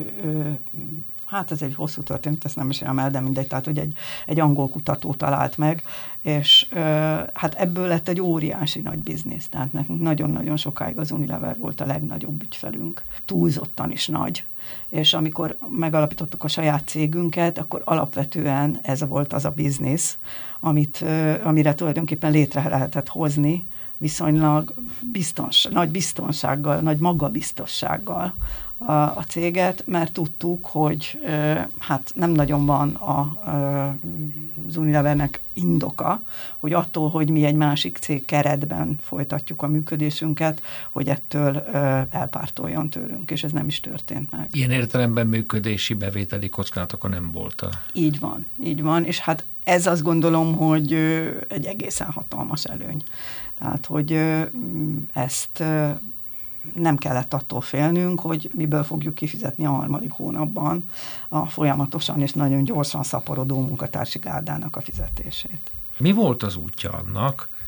ez egy hosszú történet, ezt nem mesélem el, de mindegy, tehát hogy egy angol kutató talált meg, és hát ebből lett egy óriási nagy biznisz, tehát nekünk nagyon-nagyon sokáig az Unilever volt a legnagyobb ügyfelünk, túlzottan is nagy, és amikor megalapítottuk a saját cégünket, akkor alapvetően ez volt az a biznisz, amire tulajdonképpen létre lehetett hozni, viszonylag nagy biztonsággal, nagy magabiztossággal a céget, mert tudtuk, hogy hát nem nagyon van az Unilevernek indoka, hogy attól, hogy mi egy másik cég keretben folytatjuk a működésünket, hogy ettől elpártoljon tőlünk, és ez nem is történt meg. Ilyen értelemben működési bevételi kockázatok nem volt. Így van, és hát ez azt gondolom, hogy egy egészen hatalmas előny. Tehát, hogy ezt nem kellett attól félnünk, hogy miből fogjuk kifizetni a 3. hónapban a folyamatosan és nagyon gyorsan szaporodó munkatársi gárdának a fizetését. Mi volt az útja annak,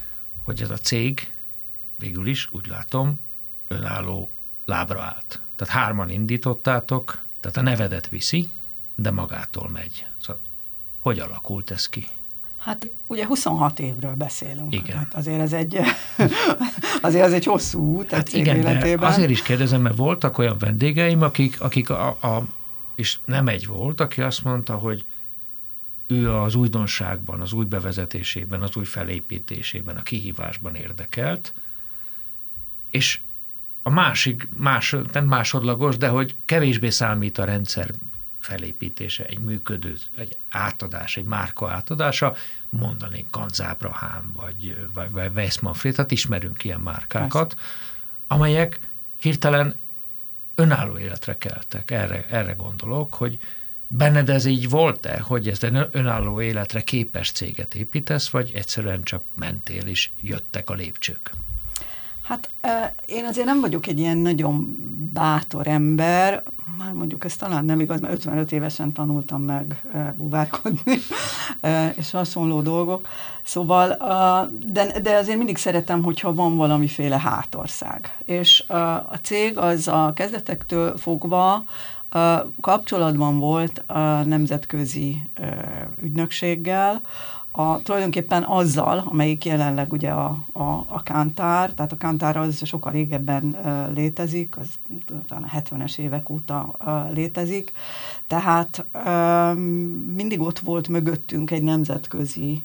hogy ez a cég végül is, úgy látom, önálló lábra állt. Tehát 3-an indítottátok, tehát a nevedet viszi, de magától megy. Szóval hogy alakult ez ki? Hát ugye 26 évről beszélünk. Igen. Hát azért ez egy hosszú út a cég életében. Azért is kérdezem, mert voltak olyan vendégeim, akik és nem egy volt, aki azt mondta, hogy ő az újdonságban, az új bevezetésében, az új felépítésében, a kihívásban érdekelt, és a nem másodlagos, de hogy kevésbé számít a rendszer felépítése, egy működő, egy átadás, egy márka átadása, mondanék Ganz Abraham, vagy Weiss Manfred, tehát ismerünk ilyen márkákat, amelyek hirtelen önálló életre keltek. Erre gondolok, hogy benned ez így volt-e, hogy ezt egy önálló életre képes céget építesz, vagy egyszerűen csak mentél és jöttek a lépcsők? Hát én azért nem vagyok egy ilyen nagyon bátor ember, már mondjuk ez talán nem igaz, mert 55 évesen tanultam meg buvárkodni, és hasonló dolgok. Szóval, de azért mindig szeretem, hogyha van valamiféle hátország. És a cég az a kezdetektől fogva kapcsolatban volt a nemzetközi ügynökséggel, tulajdonképpen azzal, amelyik jelenleg ugye a Kantar, tehát a Kantar az sokkal régebben létezik, az talán a 70-es évek óta létezik, tehát mindig ott volt mögöttünk egy nemzetközi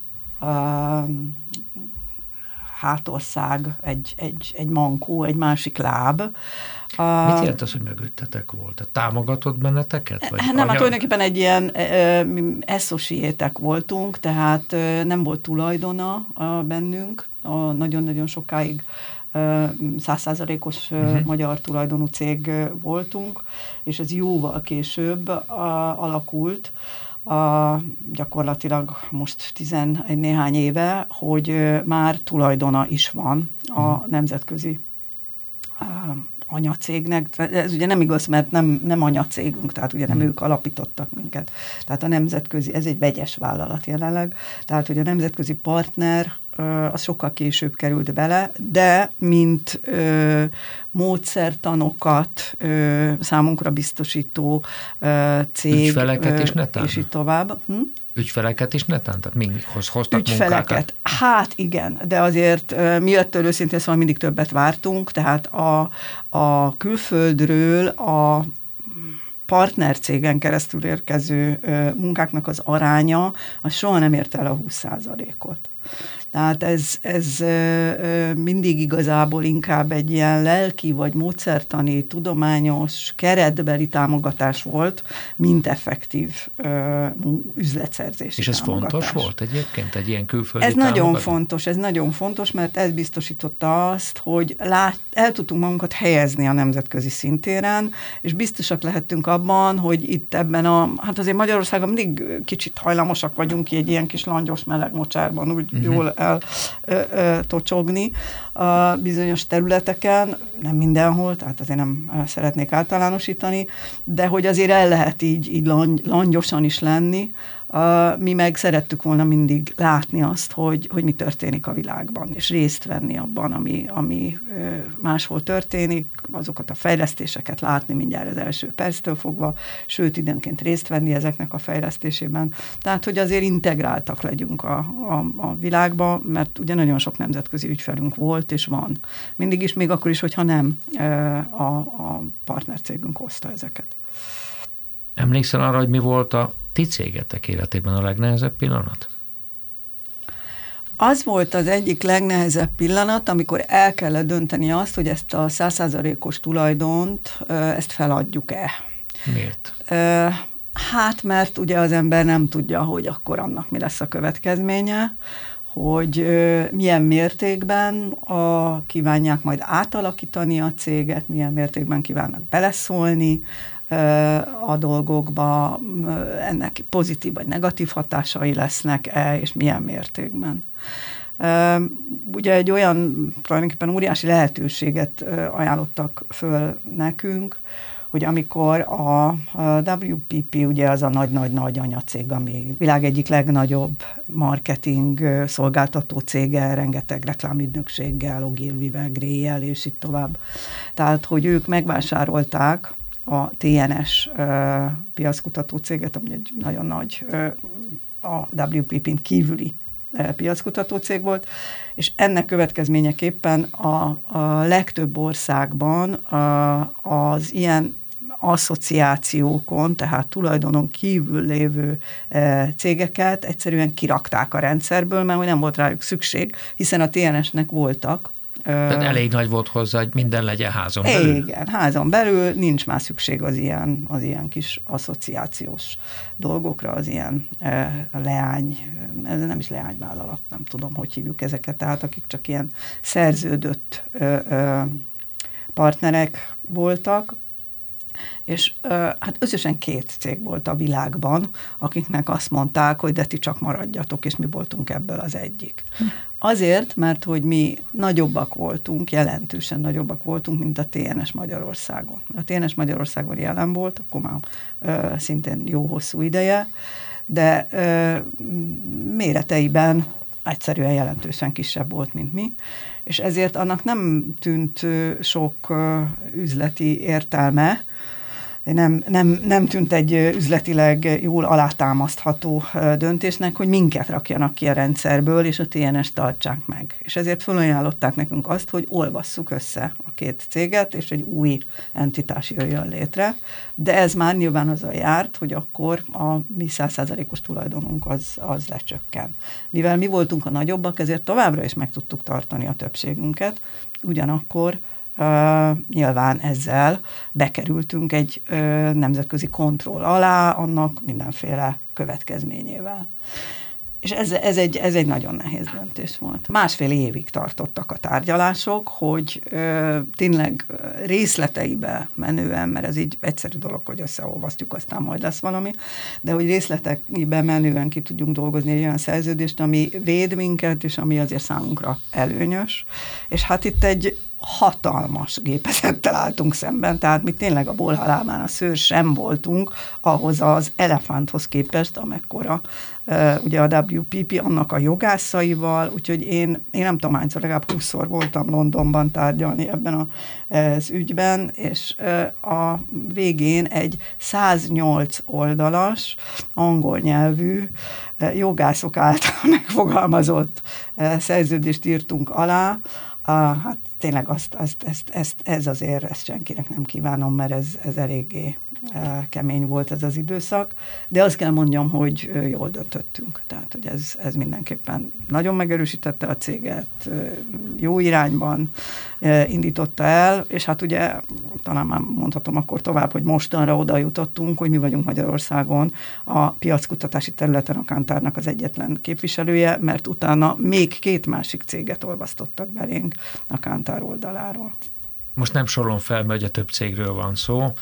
hátország, egy mankó, egy másik láb. Mit jelent az, hogy mögöttetek volt? Tehát támogatott benneteket? Vagy nem, hát tulajdonképpen egy ilyen associate-ek voltunk, tehát nem volt tulajdona bennünk, nagyon-nagyon sokáig 100%-os magyar tulajdonú cég voltunk, és ez jóval később alakult, gyakorlatilag most 11 néhány éve, hogy már tulajdona is van a nemzetközi anyacégnek. Ez ugye nem igaz, mert nem anyacégünk, tehát ugye nem ők alapítottak minket. Tehát a nemzetközi, ez egy vegyes vállalat jelenleg, tehát hogy a nemzetközi partner az sokkal később került bele, de mint módszertanokat számunkra biztosító cég, ügyfeleket is netán? És így tovább. Ügyfeleket is netán? Tehát mindig hoztak ügyfeleket. Munkákat? Hát igen, de azért mi ettől őszintén szóval mindig többet vártunk, tehát a külföldről a partnercégen keresztül érkező munkáknak az aránya, az soha nem ért el a 20%-ot. Tehát ez mindig igazából inkább egy ilyen lelki, vagy módszertani, tudományos, keretbeli támogatás volt, mint effektív üzletszerzési És ez támogatás. fontos volt egyébként, egy ilyen külföldi ez nagyon fontos, mert ez biztosította azt, hogy el tudtunk magunkat helyezni a nemzetközi szintéren, és biztosak lehettünk abban, hogy itt ebben hát azért Magyarországon mindig kicsit hajlamosak vagyunk egy ilyen kis langyos meleg mocsárban úgy jól tocsogni a bizonyos területeken, nem mindenhol, tehát azért nem szeretnék általánosítani, de hogy azért el lehet így langyosan is lenni. Mi meg szerettük volna mindig látni azt, hogy mi történik a világban, és részt venni abban, ami máshol történik, azokat a fejlesztéseket látni mindjárt az első perctől fogva, sőt, időnként részt venni ezeknek a fejlesztésében. Tehát, hogy azért integráltak legyünk a világba, mert ugye nagyon sok nemzetközi ügyfelünk volt, és van. Mindig is, még akkor is, hogyha nem a partnercégünk hozta ezeket. Emlékszel arra, hogy mi volt a ti cégetek életében a legnehezebb pillanat? Az volt az egyik legnehezebb pillanat, amikor el kellett dönteni azt, hogy ezt a 100%-os tulajdont, ezt feladjuk-e. Miért? Hát, mert ugye az ember nem tudja, hogy akkor annak mi lesz a következménye, hogy milyen mértékben kívánják majd átalakítani a céget, milyen mértékben kívánnak beleszólni a dolgokba, ennek pozitív vagy negatív hatásai lesznek-e, és milyen mértékben. Ugye egy olyan tulajdonképpen óriási lehetőséget ajánlottak föl nekünk, hogy amikor a WPP ugye az a nagy anyacég, ami világ egyik legnagyobb marketing szolgáltató cége, rengeteg reklámügynökséggel, Ogilvy-vel, Grey-jel, és így tovább. Tehát, hogy ők megvásárolták a TNS piackutató céget, ami egy nagyon nagy a WPP-n kívüli piackutató cég volt, és ennek következményeképpen a legtöbb országban az ilyen asszociációkon, tehát tulajdonon kívül lévő cégeket egyszerűen kirakták a rendszerből, mert nem volt rájuk szükség, hiszen a TNS-nek voltak. Tehát elég nagy volt hozzá, hogy minden legyen házon belül. Igen, házon belül nincs már szükség az ilyen kis asszociációs dolgokra, az ilyen ez nem is leányvállalat, nem tudom, hogy hívjuk ezeket, tehát akik csak ilyen szerződött partnerek voltak, és hát összesen 2 cég volt a világban, akiknek azt mondták, hogy de ti csak maradjatok, és mi voltunk ebből az egyik. Azért, mert hogy mi nagyobbak voltunk, jelentősen nagyobbak voltunk, mint a TNS Magyarországon. A TNS Magyarországon jelen volt, akkor már szintén jó hosszú ideje, de méreteiben egyszerűen jelentősen kisebb volt, mint mi, és ezért annak nem tűnt sok üzleti értelme, nem tűnt egy üzletileg jól alátámasztható döntésnek, hogy minket rakjanak ki a rendszerből, és a TNS-t tartsák meg. És ezért felajánlották nekünk azt, hogy olvasszuk össze a 2 céget, és egy új entitás jöjjön létre. De ez már nyilván azzal járt, hogy akkor a mi 100%-os tulajdonunk az lecsökken. Mivel mi voltunk a nagyobbak, ezért továbbra is meg tudtuk tartani a többségünket, ugyanakkor nyilván ezzel bekerültünk egy nemzetközi kontroll alá, annak mindenféle következményével. És ez egy nagyon nehéz döntés volt. 1,5 évig tartottak a tárgyalások, hogy tényleg részleteibe menően, mert ez így egyszerű dolog, hogy összeolvasztjuk, aztán majd lesz valami, de hogy részleteibe menően ki tudjunk dolgozni egy olyan szerződést, ami véd minket, és ami azért számunkra előnyös. És hát itt egy hatalmas gépezettel álltunk szemben, tehát mi tényleg a bolhalálmán a szőr sem voltunk ahhoz az elefánthoz képest, amekkora ugye a WPP, annak a jogászaival, úgyhogy én nem tudom hányszor, legalább 20-szor voltam Londonban tárgyalni ebben az ügyben, és a végén egy 108 oldalas, angol nyelvű, jogászok által megfogalmazott szerződést írtunk alá. Hát tényleg ezt senkinek nem kívánom, mert ez eléggé kemény volt ez az időszak, de azt kell mondjam, hogy jól döntöttünk. Tehát, hogy ez mindenképpen nagyon megerősítette a céget, jó irányban indította el, és hát ugye talán már mondhatom akkor tovább, hogy mostanra oda jutottunk, hogy mi vagyunk Magyarországon a piackutatási területen a Kantarnak az egyetlen képviselője, mert utána még 2 másik céget olvasztottak belénk a Kantar oldaláról. Most nem sorolom fel, mert ugye több cégről van szó,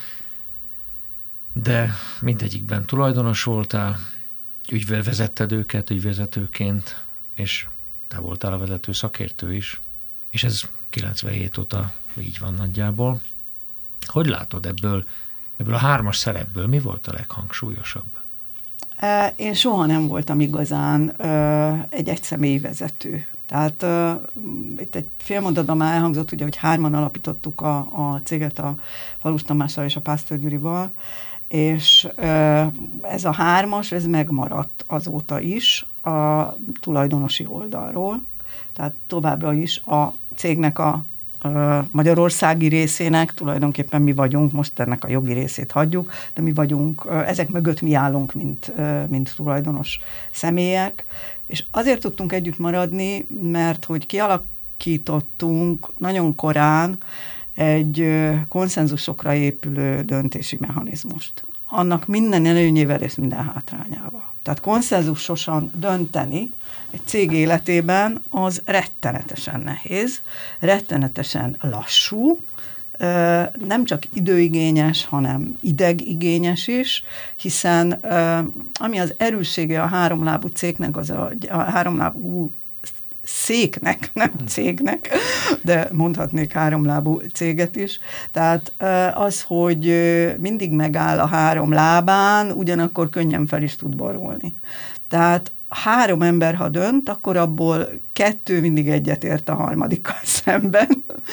de mindegyikben tulajdonos voltál, ügyvezetted őket ügyvezetőként, és te voltál a vezető szakértő is, és ez 97 óta így van nagyjából. Hogy látod ebből a 3-as szerepből, mi volt a leghangsúlyosabb? Én soha nem voltam igazán egy egyszemélyi vezető. Tehát itt egy fél mondatban már elhangzott, ugye, hogy 3-an alapítottuk a céget a Falus Tamással és a Pásztor Gyurival, és ez a 3-as, ez megmaradt azóta is a tulajdonosi oldalról, tehát továbbra is a cégnek a magyarországi részének, tulajdonképpen mi vagyunk, most ennek a jogi részét hagyjuk, de mi vagyunk, ezek mögött mi állunk, mint tulajdonos személyek, és azért tudtunk együtt maradni, mert hogy kialakítottunk nagyon korán egy konszenzusokra épülő döntési mechanizmust. Annak minden előnyével és minden hátrányával. Tehát konszenzusosan dönteni egy cég életében az rettenetesen nehéz, rettenetesen lassú, nem csak időigényes, hanem idegigényes is, hiszen ami az erőssége a háromlábú cégnek, az a háromlábú széknek, nem cégnek, de mondhatnék háromlábú céget is. Tehát az, hogy mindig megáll a három lábán, ugyanakkor könnyen fel is tud borulni. Tehát 3 ember, ha dönt, akkor abból 2 mindig egyetért a harmadikkal szemben.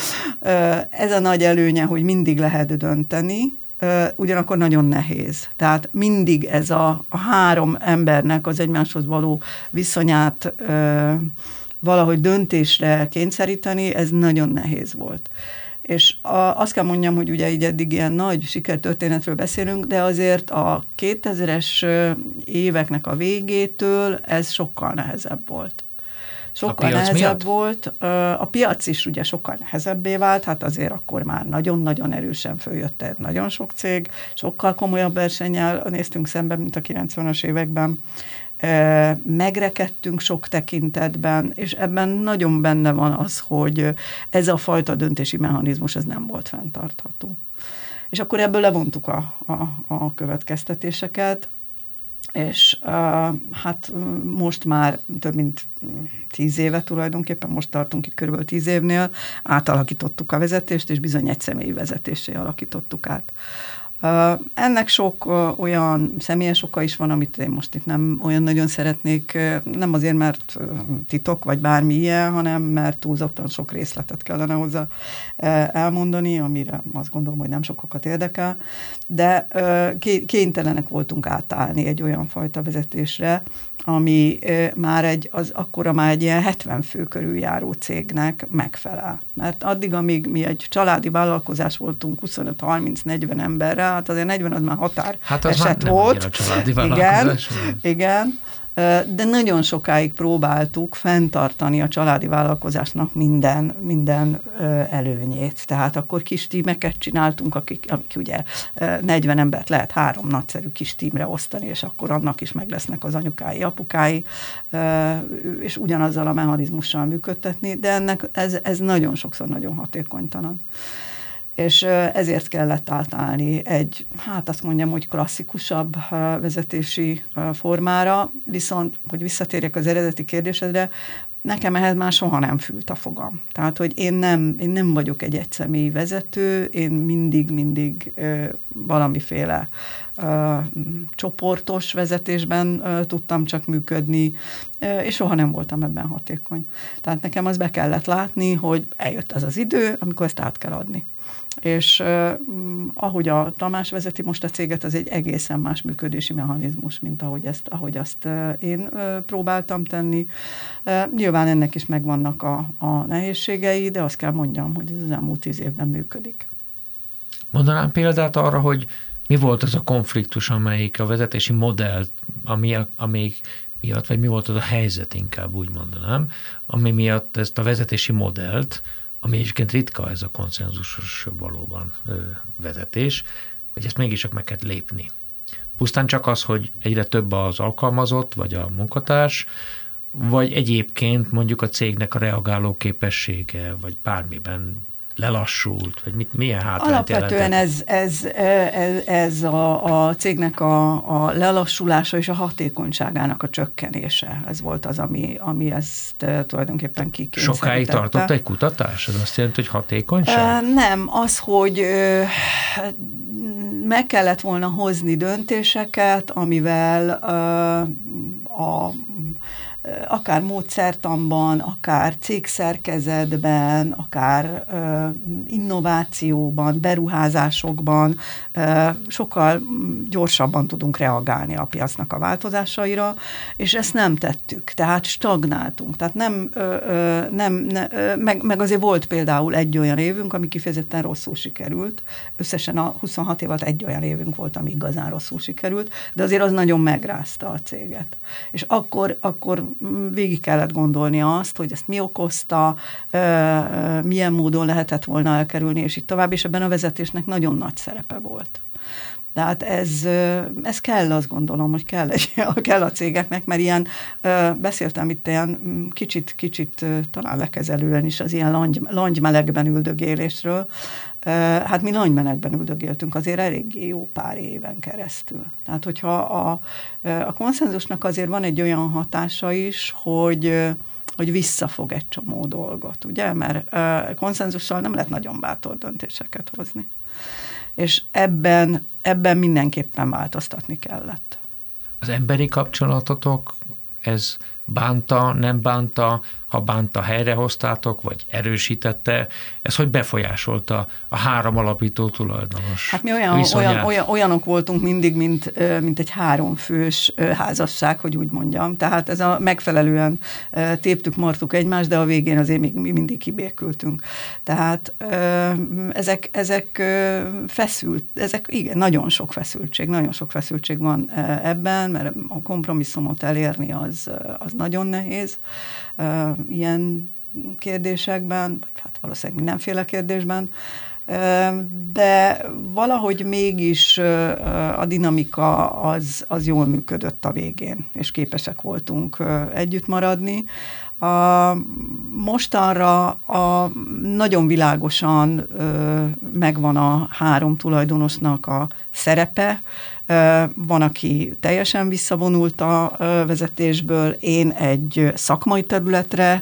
Ez a nagy előnye, hogy mindig lehet dönteni, ugyanakkor nagyon nehéz. Tehát mindig ez a 3 embernek az egymáshoz való viszonyát valahogy döntésre kényszeríteni, ez nagyon nehéz volt. És azt kell mondjam, hogy ugye így eddig ilyen nagy sikertörténetről beszélünk, de azért a 2000-es éveknek a végétől ez sokkal nehezebb volt. Sokkal nehezebb volt. A piac is ugye sokkal nehezebbé vált, hát azért akkor már nagyon-nagyon erősen följött nagyon sok cég, sokkal komolyabb versennyel néztünk szembe, mint a 90-as években. Megrekedtünk sok tekintetben, és ebben nagyon benne van az, hogy ez a fajta döntési mechanizmus, ez nem volt fenntartható. És akkor ebből levontuk a következtetéseket, és hát most már több mint 10 éve tulajdonképpen, most tartunk itt körülbelül 10 évnél, átalakítottuk a vezetést, és bizony egy személyi vezetésé alakítottuk át. Ennek sok olyan személyes oka is van, amit én most itt nem olyan nagyon szeretnék, nem azért, mert titok, vagy bármi ilyen, hanem mert túlzottan sok részletet kellene hozzá elmondani, amire azt gondolom, hogy nem sokakat érdekel, de kénytelenek voltunk átállni egy olyan fajta vezetésre, ami már akkora már egy ilyen 70 fő körül járó cégnek megfelel. Mert addig, amíg mi egy családi vállalkozás voltunk 25-30-40 emberrel, hát azért 40 az már határ hát az eset már volt. Nem a családi vállalkozás. Igen. De nagyon sokáig próbáltuk fenntartani a családi vállalkozásnak minden előnyét. Tehát akkor kis tímeket csináltunk, akik ugye 40 embert lehet 3 nagyszerű kis tímre osztani, és akkor annak is meg lesznek az anyukái, apukái, és ugyanazzal a mechanizmussal működtetni, de ez nagyon sokszor nagyon hatékonytalan. És ezért kellett átállni hát azt mondjam, hogy klasszikusabb vezetési formára, viszont, hogy visszatérjek az eredeti kérdésedre, nekem ehhez már soha nem fült a fogam. Tehát, hogy én nem vagyok egy egyszemélyi vezető, én mindig valamiféle csoportos vezetésben tudtam csak működni, és soha nem voltam ebben hatékony. Tehát nekem az be kellett látni, hogy eljött az az idő, amikor ezt át kell adni. És ahogy a Tamás vezeti most a céget, az egy egészen más működési mechanizmus, mint ahogy azt én próbáltam tenni. Nyilván ennek is megvannak a nehézségei, de azt kell mondjam, hogy ez az elmúlt 10 évben működik. Mondanám példát arra, hogy mi volt az a konfliktus, amelyik a vezetési modell, amelyik miatt, vagy mi volt az a helyzet, inkább úgy mondanám, ami miatt ezt a vezetési modellt, ami egyébként ritka, ez a konszenzusos valóban vezetés, hogy ezt mégis csak meg kell lépni. Pusztán csak az, hogy egyre több az alkalmazott, vagy a munkatárs, vagy egyébként mondjuk a cégnek a reagáló képessége, vagy bármiben lelassult, vagy milyen hátrányt alapvetően ez a cégnek a lelassulása és a hatékonyságának a csökkenése. Ez volt az, ami ezt tulajdonképpen kikényszerítette. Sokáig tartott egy kutatás? Ez azt jelenti, hogy hatékonyság? Nem, az, hogy meg kellett volna hozni döntéseket, amivel akár módszertanban, akár cégszerkezetben, akár innovációban, beruházásokban sokkal gyorsabban tudunk reagálni a piacnak a változásaira, és ezt nem tettük, tehát stagnáltunk. Tehát meg azért volt például egy olyan évünk, ami kifejezetten rosszul sikerült. Összesen a 26 év alatt egy olyan évünk volt, ami igazán rosszul sikerült, de azért az nagyon megrázta a céget. És akkor végig kellett gondolni azt, hogy ezt mi okozta, milyen módon lehetett volna elkerülni, és itt tovább, és ebben a vezetésnek nagyon nagy szerepe volt. Tehát ez kell, azt gondolom, hogy kell a cégeknek, mert ilyen, beszéltem itt ilyen kicsit talán lekezelően is az ilyen langymelegben üldögélésről. Hát mi langymelegben üldögéltünk azért eléggé jó pár éven keresztül. Tehát, hogyha a konszenzusnak azért van egy olyan hatása is, hogy hogy visszafog egy csomó dolgot, ugye? Mert konszenzussal nem lehet nagyon bátor döntéseket hozni. És ebben mindenképpen változtatni kellett. Az emberi kapcsolatotok, ez bánta, nem bánta, ha bánta, helyrehoztátok, vagy erősítette, ez hogy befolyásolta a 3 alapító tulajdonos? Hát mi olyanok voltunk mindig, mint egy 3 fős házasság, hogy úgy mondjam. Tehát ez a megfelelően téptük, martuk egymást, de a végén azért még mindig kibékültünk. Tehát ezek feszült, igen, nagyon sok feszültség van ebben, mert a kompromisszumot elérni az nagyon nehéz. Ilyen kérdésekben, vagy hát valószínűleg mindenféle kérdésben, de valahogy mégis a dinamika az jól működött a végén, és képesek voltunk együtt maradni. Mostanra nagyon világosan megvan a 3 tulajdonosnak a szerepe. Van, aki teljesen visszavonult a vezetésből, én egy szakmai területre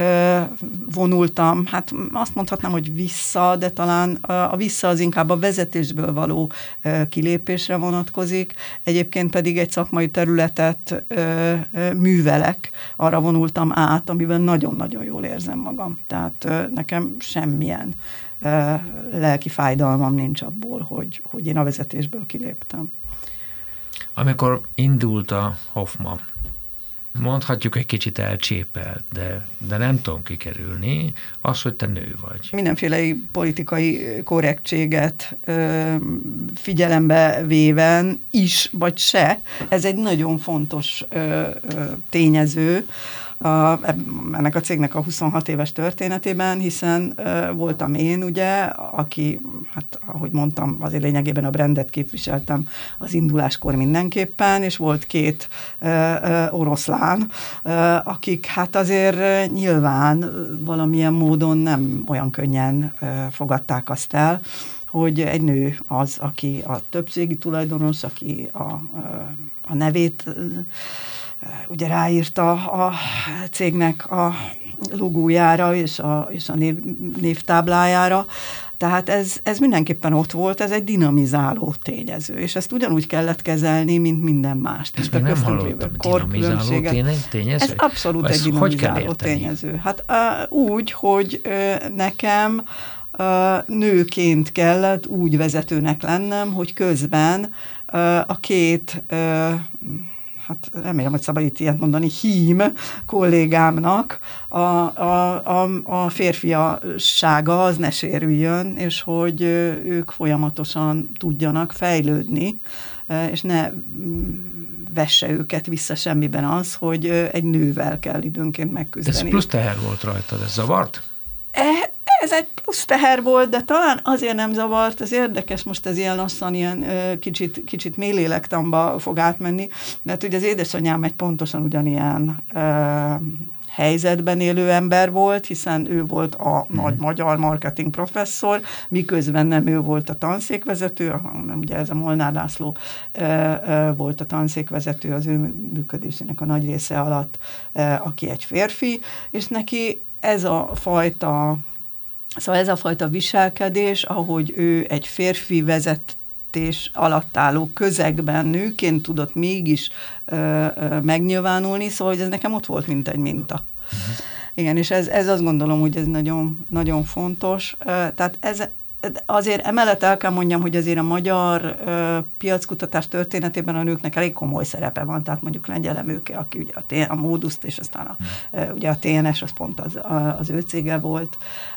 vonultam, hát azt mondhatnám, hogy vissza, de talán a vissza az inkább a vezetésből való kilépésre vonatkozik, egyébként pedig egy szakmai területet művelek, arra vonultam át, amiben nagyon-nagyon jól érzem magam. Tehát nekem semmilyen lelki fájdalmam nincs abból, hogy én a vezetésből kiléptem. Amikor indult a Hoffman, mondhatjuk egy kicsit elcsépelt, de nem tudom kikerülni, az, hogy te nő vagy. Mindenféle politikai korrektséget figyelembe véven is, vagy se, ez egy nagyon fontos tényező, ennek a cégnek a 26 éves történetében, hiszen voltam én, ugye, aki, hát ahogy mondtam, azért lényegében a brandet képviseltem az induláskor mindenképpen, és volt 2 oroszlán, akik hát azért nyilván valamilyen módon nem olyan könnyen fogadták azt el, hogy egy nő az, aki a többségi tulajdonos, aki a nevét ugye ráírta a cégnek a logójára és a névtáblájára. Tehát ez mindenképpen ott volt, ez egy dinamizáló tényező, és ezt ugyanúgy kellett kezelni, mint minden mást. Ezt nem hallottam, dinamizáló tényező? Ez abszolút egy dinamizáló tényező. Hát úgy, hogy nekem nőként kellett úgy vezetőnek lennem, hogy közben a 2 hát remélem, hogy szabad itt ilyet mondani, hím kollégámnak a férfiassága az ne sérüljön, és hogy ők folyamatosan tudjanak fejlődni, és ne vesse őket vissza semmiben az, hogy egy nővel kell időnként megküzdeni. Ez plusz teher volt rajtad, ez zavart? Ez egy plusz teher volt, de talán azért nem zavart, ez érdekes, most ez ilyen lassan, ilyen kicsit mély lélektamba fog átmenni, mert ugye az édesanyám egy pontosan ugyanilyen helyzetben élő ember volt, hiszen ő volt a nagy magyar marketing professzor, miközben nem ő volt a tanszékvezető, hanem ugye ez a Molnár László volt a tanszékvezető az ő működésének a nagy része alatt, aki egy férfi, és neki ez a fajta viselkedés, ahogy ő egy férfi vezetés alatt álló közegben nőként tudott mégis megnyilvánulni, szóval hogy ez nekem ott volt, mint egy minta. Igen, és ez azt gondolom, hogy ez nagyon, nagyon fontos. Tehát azért emellett el kell mondjam, hogy azért a magyar piackutatás történetében a nőknek elég komoly szerepe van, tehát mondjuk Lengyel Emőke, aki ugye a Móduszt, és aztán ugye a TNS, az pont az ő cége volt,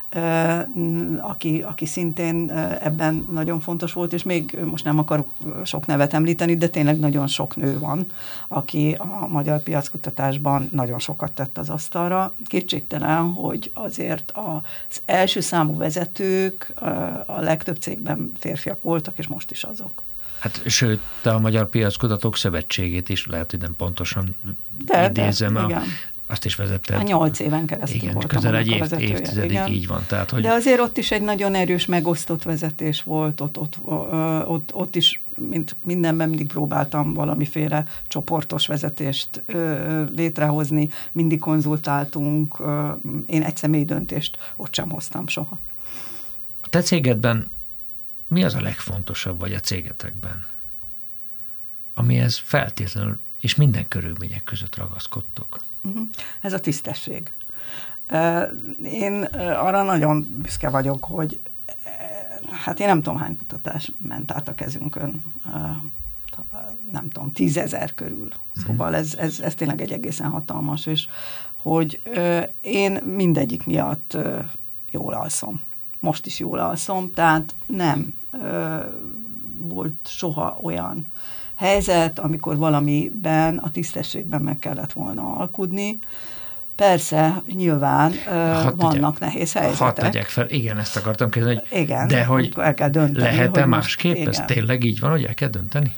aki szintén ebben nagyon fontos volt, és még most nem akarok sok nevet említeni, de tényleg nagyon sok nő van, aki a magyar piackutatásban nagyon sokat tett az asztalra. Kétségtelen, hogy azért az első számú vezetők a legtöbb cégben férfiak voltak, és most is azok. Hát sőt, te a Magyar Piackutatók Szövetségét is, lehet, hogy nem pontosan idézem, igen. Azt is vezetted. 8 éven keresztül igen, voltam közel egy évtizedig, igen. Így van. Tehát, hogy... De azért ott is egy nagyon erős megosztott vezetés volt, ott is mint mindenben mindig próbáltam valamiféle csoportos vezetést létrehozni, mindig konzultáltunk, én egy személyi döntést ott sem hoztam soha. A te cégedben mi az a legfontosabb, vagy a cégetekben, amihez feltétlenül és minden körülmények között ragaszkodtok? Ez a tisztesség. Én arra nagyon büszke vagyok, hogy hát én nem tudom, hány kutatás ment át a kezünkön, nem tudom, 10 000 körül. Szóval ez tényleg egy egészen hatalmas, és hogy én mindegyik miatt jól alszom. Most is jól alszom, tehát nem volt soha olyan helyzet, amikor valamiben a tisztességben meg kellett volna alkudni. Persze, nyilván vannak nehéz helyzetek. Hadd tegyek fel, igen, ezt akartam kérdezni, hogy igen, de hogy el kell dönteni, lehet-e másképp? Igen. Ez tényleg így van, hogy el kell dönteni?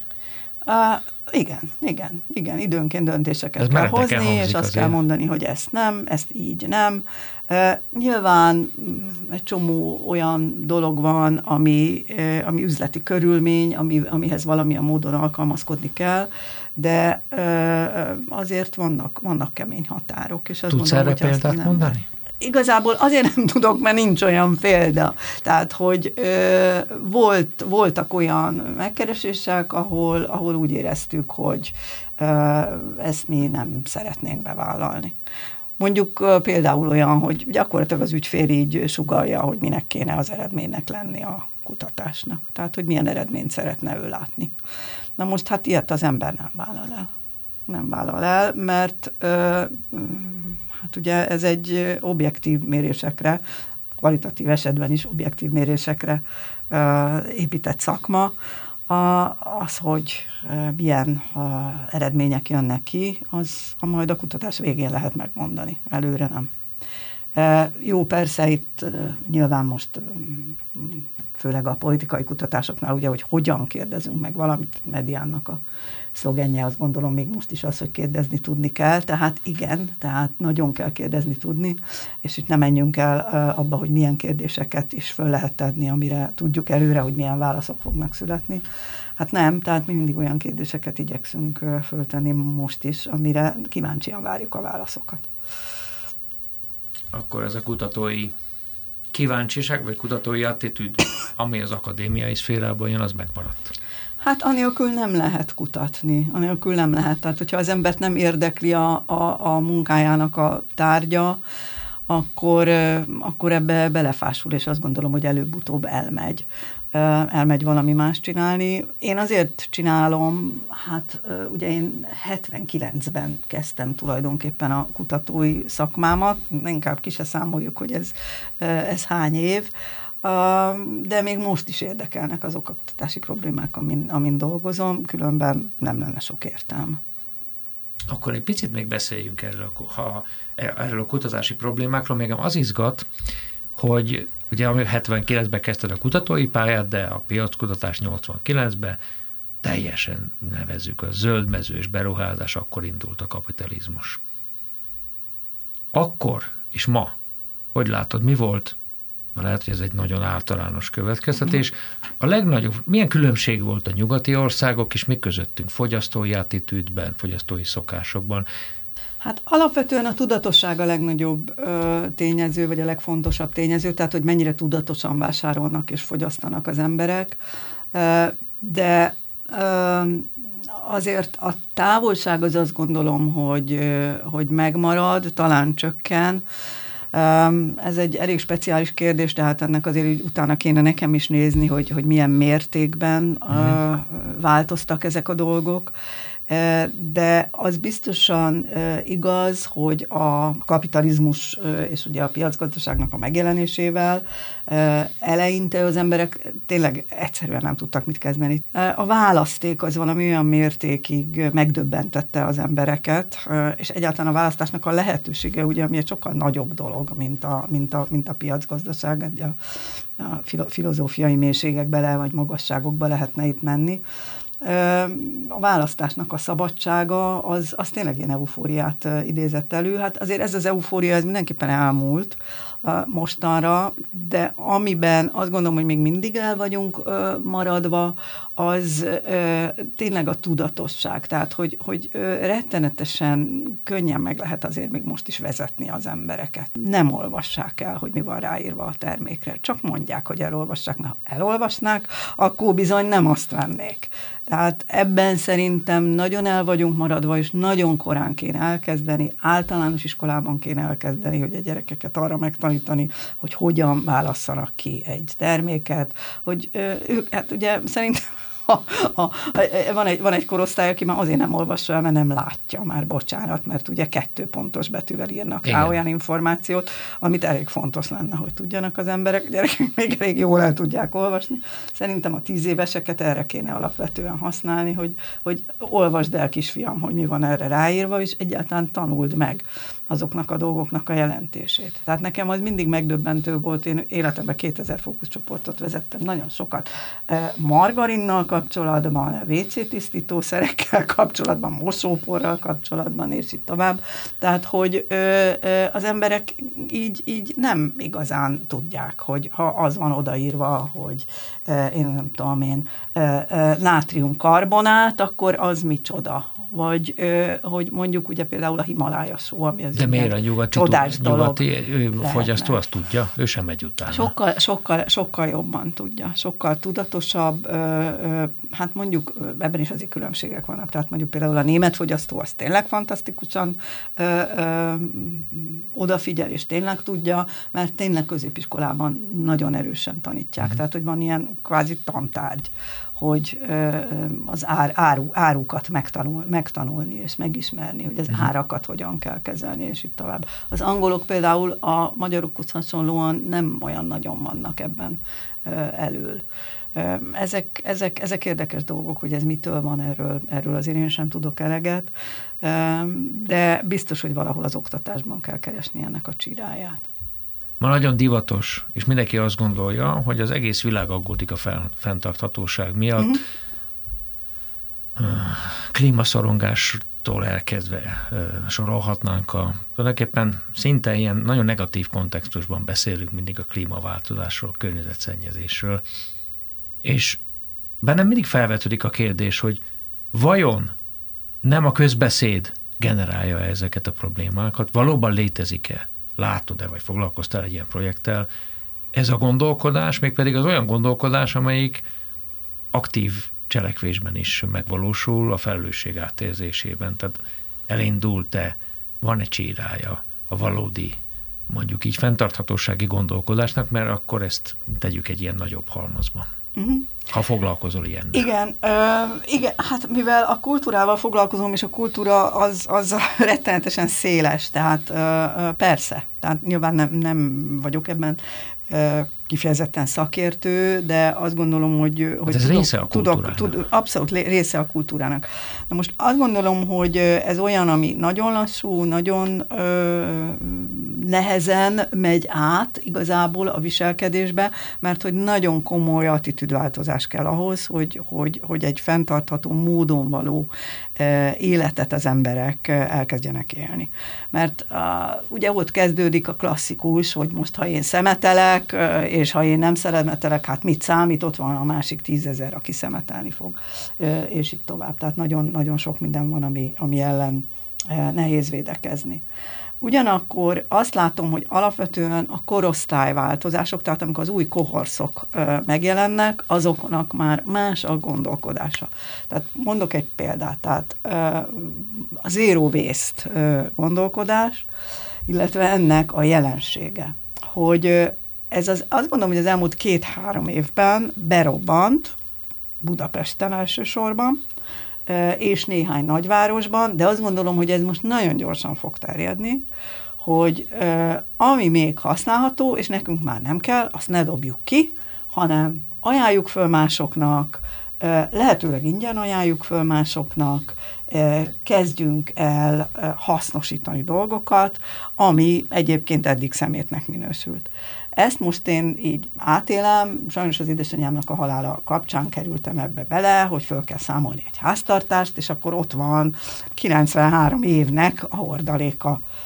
Igen, időnként döntéseket ez kell hozni, és azt azért kell mondani, hogy ezt nem, ezt így nem. Nyilván egy csomó olyan dolog van, ami üzleti körülmény, amihez valamilyen módon alkalmazkodni kell, de azért vannak kemény határok. És tudsz erre példát mondani? Igazából azért nem tudok, mert nincs olyan példa. Tehát, hogy voltak olyan megkeresések, ahol úgy éreztük, hogy ezt mi nem szeretnénk bevállalni. Mondjuk például olyan, hogy gyakorlatilag az ügyfél így sugallja, hogy minek kéne az eredménynek lenni a kutatásnak. Tehát, hogy milyen eredményt szeretne ő látni. Na most hát ilyet az ember nem vállal el. Nem vállal el, mert hát ugye ez egy objektív mérésekre, kvalitatív esetben is objektív mérésekre épített szakma. Az, hogy milyen eredmények jönnek ki, az majd a kutatás végén lehet megmondani, előre nem. Jó, persze itt nyilván most főleg a politikai kutatásoknál, ugye, hogy hogyan kérdezünk meg valamit, Mediánnak a szlogenje, azt gondolom még most is az, hogy kérdezni tudni kell, tehát igen, tehát nagyon kell kérdezni tudni, és itt nem menjünk el abba, hogy milyen kérdéseket is föl lehet tenni, amire tudjuk előre, hogy milyen válaszok fognak születni. Hát nem, tehát mi mindig olyan kérdéseket igyekszünk föltenni most is, amire kíváncsian várjuk a válaszokat. Akkor ez a kutatói kíváncsiság, vagy kutatói attitűd, ami az akadémiai szférában jön, az megmaradt. Hát anélkül nem lehet kutatni, anélkül nem lehet. Tehát, hogyha az embert nem érdekli a munkájának a tárgya, akkor ebbe belefásul, és azt gondolom, hogy előbb-utóbb elmegy valami más csinálni. Én azért csinálom, hát ugye én 79-ben kezdtem tulajdonképpen a kutatói szakmámat, inkább ki se számoljuk, hogy ez hány év, de még most is érdekelnek azok a kutatási problémák, amin dolgozom, különben nem lenne sok értelme. Akkor egy picit még beszéljünk erről a kutatási problémákról. Még az izgat, hogy ugye 79-ben kezdted a kutatói pályát, de a piackutatás 89-ben teljesen nevezzük a zöldmező és beruházás, akkor indult a kapitalizmus. Akkor és ma, hogy látod, mi volt? Lehet, hogy ez egy nagyon általános következtetés. A legnagyobb, milyen különbség volt a nyugati országok és mi közöttünk fogyasztói attitűdben, fogyasztói szokásokban? Hát alapvetően a tudatosság a legnagyobb tényező, vagy a legfontosabb tényező, tehát hogy mennyire tudatosan vásárolnak és fogyasztanak az emberek, de azért a távolság az azt gondolom, hogy megmarad, talán csökken. Ez egy elég speciális kérdés, tehát ennek azért utána kéne nekem is nézni, hogy milyen mértékben változtak ezek a dolgok. De az biztosan igaz, hogy a kapitalizmus és ugye a piacgazdaságnak a megjelenésével eleinte az emberek tényleg egyszerűen nem tudtak mit kezdeni. A választék az valami olyan mértékig megdöbbentette az embereket, és egyáltalán a választásnak a lehetősége, ugye, ami egy sokkal nagyobb dolog, mint a piacgazdaság, a filozófiai mélységekbe vagy magasságokba lehetne itt menni. A választásnak a szabadsága az tényleg ilyen eufóriát idézett elő. Hát azért ez az eufória, ez mindenképpen elmúlt mostanra, de amiben azt gondolom, hogy még mindig el vagyunk maradva, az tényleg a tudatosság. Tehát, hogy rettenetesen könnyen meg lehet azért még most is vezetni az embereket. Nem olvassák el, hogy mi van ráírva a termékre. Csak mondják, hogy elolvassák, mert ha elolvasnák, akkor bizony nem azt vennék. Tehát ebben szerintem nagyon el vagyunk maradva, és nagyon korán kéne elkezdeni, általános iskolában kéne elkezdeni, hogy a gyerekeket arra megtanítani, hogy hogyan válasszanak ki egy terméket, hogy ők, hát ugye szerintem van egy korosztály, aki már azért nem olvassa el, mert nem látja már, bocsánat, mert ugye 2 pontos betűvel írnak rá olyan információt, amit elég fontos lenne, hogy tudjanak az emberek, gyerekek még elég jól el tudják olvasni. Szerintem a 10 éveseket erre kéne alapvetően használni, hogy olvasd el, kisfiam, hogy mi van erre ráírva, és egyáltalán tanuld meg azoknak a dolgoknak a jelentését. Tehát nekem az mindig megdöbbentő volt, én életemben 2000 fókuszcsoportot vezettem, nagyon sokat margarinnal kapcsolatban, WC tisztítószerekkel kapcsolatban, mosóporral kapcsolatban, és így tovább. Tehát, hogy az emberek így nem igazán tudják, hogy ha az van odaírva, hogy én nem tudom nátriumkarbonát, akkor az micsoda. Vagy hogy mondjuk ugye például a Himalája szó, ami az de miért a nyugati fogyasztó azt tudja? Ő sem megy utána. Sokkal jobban tudja, sokkal tudatosabb, hát mondjuk ebben is azért különbségek vannak, tehát mondjuk például a német fogyasztó az tényleg fantasztikusan odafigyel és tényleg tudja, mert tényleg középiskolában nagyon erősen tanítják, tehát hogy van ilyen kvázi tantárgy, hogy az árukat megtanulni és megismerni, hogy az árakat hogyan kell kezelni, és így tovább. Az angolok például a magyarokhoz hasonlóan nem olyan nagyon vannak ebben elől. Ezek érdekes dolgok, hogy ez mitől van, erről azért én sem tudok eleget, de biztos, hogy valahol az oktatásban kell keresni ennek a csiráját. Ma nagyon divatos, és mindenki azt gondolja, hogy az egész világ aggódik a fenntarthatóság miatt. Klímaszorongástól elkezdve sorolhatnánk tulajdonképpen szinte ilyen nagyon negatív kontextusban beszélünk mindig a klímaváltozásról, a környezetszennyezésről. És bennem mindig felvetődik a kérdés, hogy vajon nem a közbeszéd generálja ezeket a problémákat? Valóban létezik-e? Látod-e, vagy foglalkoztál egy ilyen projekttel? Ez a gondolkodás, mégpedig az olyan gondolkodás, amelyik aktív cselekvésben is megvalósul a felelősség átérzésében. Tehát elindult-e, van egy csirája a valódi, mondjuk így fenntarthatósági gondolkodásnak, mert akkor ezt tegyük egy ilyen nagyobb halmazba. Ha foglalkozol ilyennel. Igen, hát mivel a kultúrával foglalkozom, és a kultúra az rettenetesen széles, tehát persze, tehát nyilván nem vagyok ebben kifejezetten szakértő, de azt gondolom, hogy ez része a kultúrának. Abszolút része a kultúrának. Na most azt gondolom, hogy ez olyan, ami nagyon lassú, nagyon nehezen megy át igazából a viselkedésbe, mert hogy nagyon komoly attitűdváltozás kell ahhoz, hogy egy fenntartható módon való életet az emberek elkezdjenek élni. Mert ugye ott kezdődik a klasszikus, hogy most ha én szemetelek, és ha én nem szemetelek, hát mit számít, ott van a másik 10 000, aki szemetelni fog, és így tovább. Tehát nagyon, nagyon sok minden van, ami ellen nehéz védekezni. Ugyanakkor azt látom, hogy alapvetően a korosztályváltozások, tehát amikor az új kohorszok megjelennek, azoknak már más a gondolkodása. Tehát mondok egy példát, tehát a zero waste gondolkodás, illetve ennek a jelensége, hogy azt gondolom, hogy az elmúlt 2-3 évben berobbant, Budapesten elsősorban, és néhány nagyvárosban, de azt gondolom, hogy ez most nagyon gyorsan fog terjedni, hogy ami még használható, és nekünk már nem kell, azt ne dobjuk ki, hanem ajánljuk föl másoknak, lehetőleg ingyen ajánljuk föl másoknak, kezdjünk el hasznosítani dolgokat, ami egyébként eddig szemétnek minősült. Ezt most én így átélem, sajnos az édesanyámnak a halála kapcsán kerültem ebbe bele, hogy föl kell számolni egy háztartást, és akkor ott van 93 évnek a hordaléka.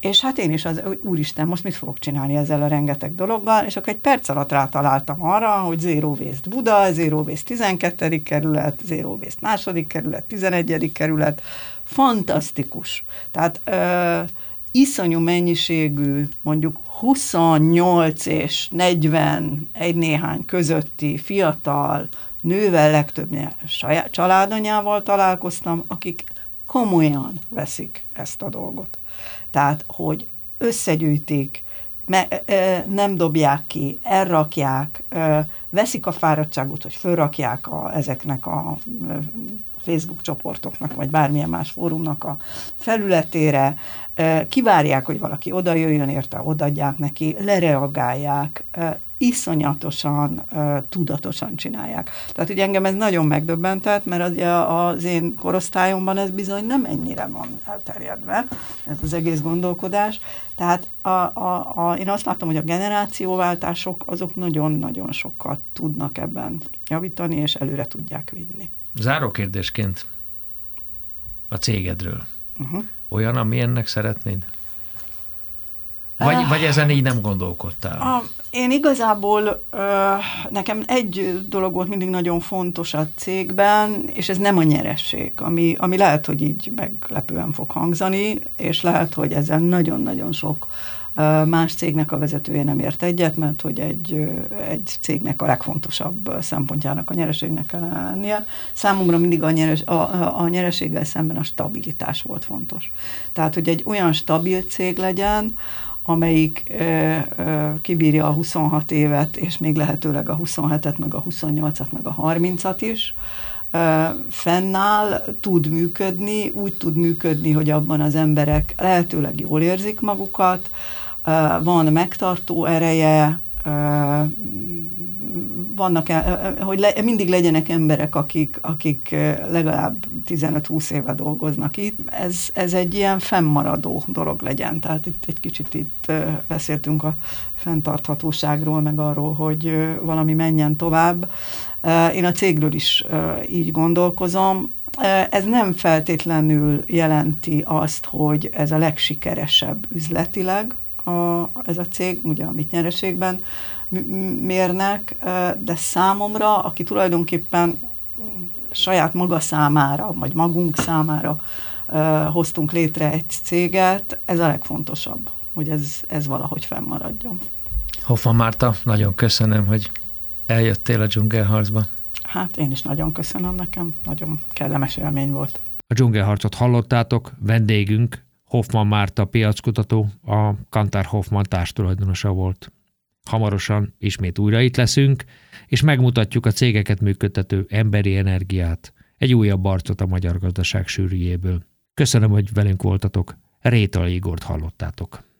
És hát én is úristen, most mit fogok csinálni ezzel a rengeteg dologgal, és akkor egy perc alatt rátaláltam arra, hogy Zero Waste Buda, Zero Waste 12. kerület, Zero Waste 2. kerület, 11. kerület, fantasztikus. Tehát iszonyú mennyiségű, mondjuk 28 és 40 egy néhány közötti fiatal nővel, legtöbbnyire saját családanyával találkoztam, akik komolyan veszik ezt a dolgot. Tehát, hogy összegyűjtik, nem dobják ki, elrakják, veszik a fáradtságot, hogy fölrakják ezeknek a Facebook csoportoknak, vagy bármilyen más fórumnak a felületére, kivárják, hogy valaki oda jöjjön érte, odaadják neki, lereagálják, iszonyatosan, tudatosan csinálják. Tehát ugye engem ez nagyon megdöbbentett, mert az én korosztályomban ez bizony nem ennyire van elterjedve, ez az egész gondolkodás. Tehát én azt látom, hogy a generációváltások azok nagyon-nagyon sokat tudnak ebben javítani, és előre tudják vinni. Záró kérdésként a cégedről. Olyan, amilyennek szeretnéd? Vagy ezen így nem gondolkodtál? Én igazából, nekem egy dolog volt mindig nagyon fontos a cégben, és ez nem a nyeresség, ami lehet, hogy így meglepően fog hangzani, és lehet, hogy ezzel nagyon-nagyon sok más cégnek a vezetője nem ért egyet, mert hogy egy cégnek a legfontosabb szempontjának a nyereségnek kellene lennie. Számomra mindig a nyereséggel szemben a stabilitás volt fontos. Tehát, hogy egy olyan stabil cég legyen, amelyik kibírja a 26 évet, és még lehetőleg a 27-et, meg a 28-at, meg a 30-at is, fennáll, tud működni, úgy tud működni, hogy abban az emberek lehetőleg jól érzik magukat, van megtartó ereje, vannak, hogy mindig legyenek emberek, akik legalább 15-20 éve dolgoznak itt. Ez egy ilyen fennmaradó dolog legyen. Tehát itt egy kicsit beszéltünk a fenntarthatóságról, meg arról, hogy valami menjen tovább. Én a cégről is így gondolkozom. Ez nem feltétlenül jelenti azt, hogy ez a legsikeresebb üzletileg, ez a cég, ugye, amit nyereségben mérnek, de számomra, aki tulajdonképpen saját maga számára, vagy magunk számára hoztunk létre egy céget, ez a legfontosabb, hogy ez valahogy fennmaradjon. Hoffmann Márta, nagyon köszönöm, hogy eljöttél a Dzsungelharcba. Hát én is nagyon köszönöm, nekem nagyon kellemes élmény volt. A Dzsungelharcot hallottátok, vendégünk Hoffmann Márta piackutató, a Kantar Hoffmann társtulajdonosa volt. Hamarosan ismét újra itt leszünk, és megmutatjuk a cégeket működtető emberi energiát, egy újabb arcot a magyar gazdaság sűrűjéből. Köszönöm, hogy velünk voltatok. Rétala Igort hallottátok.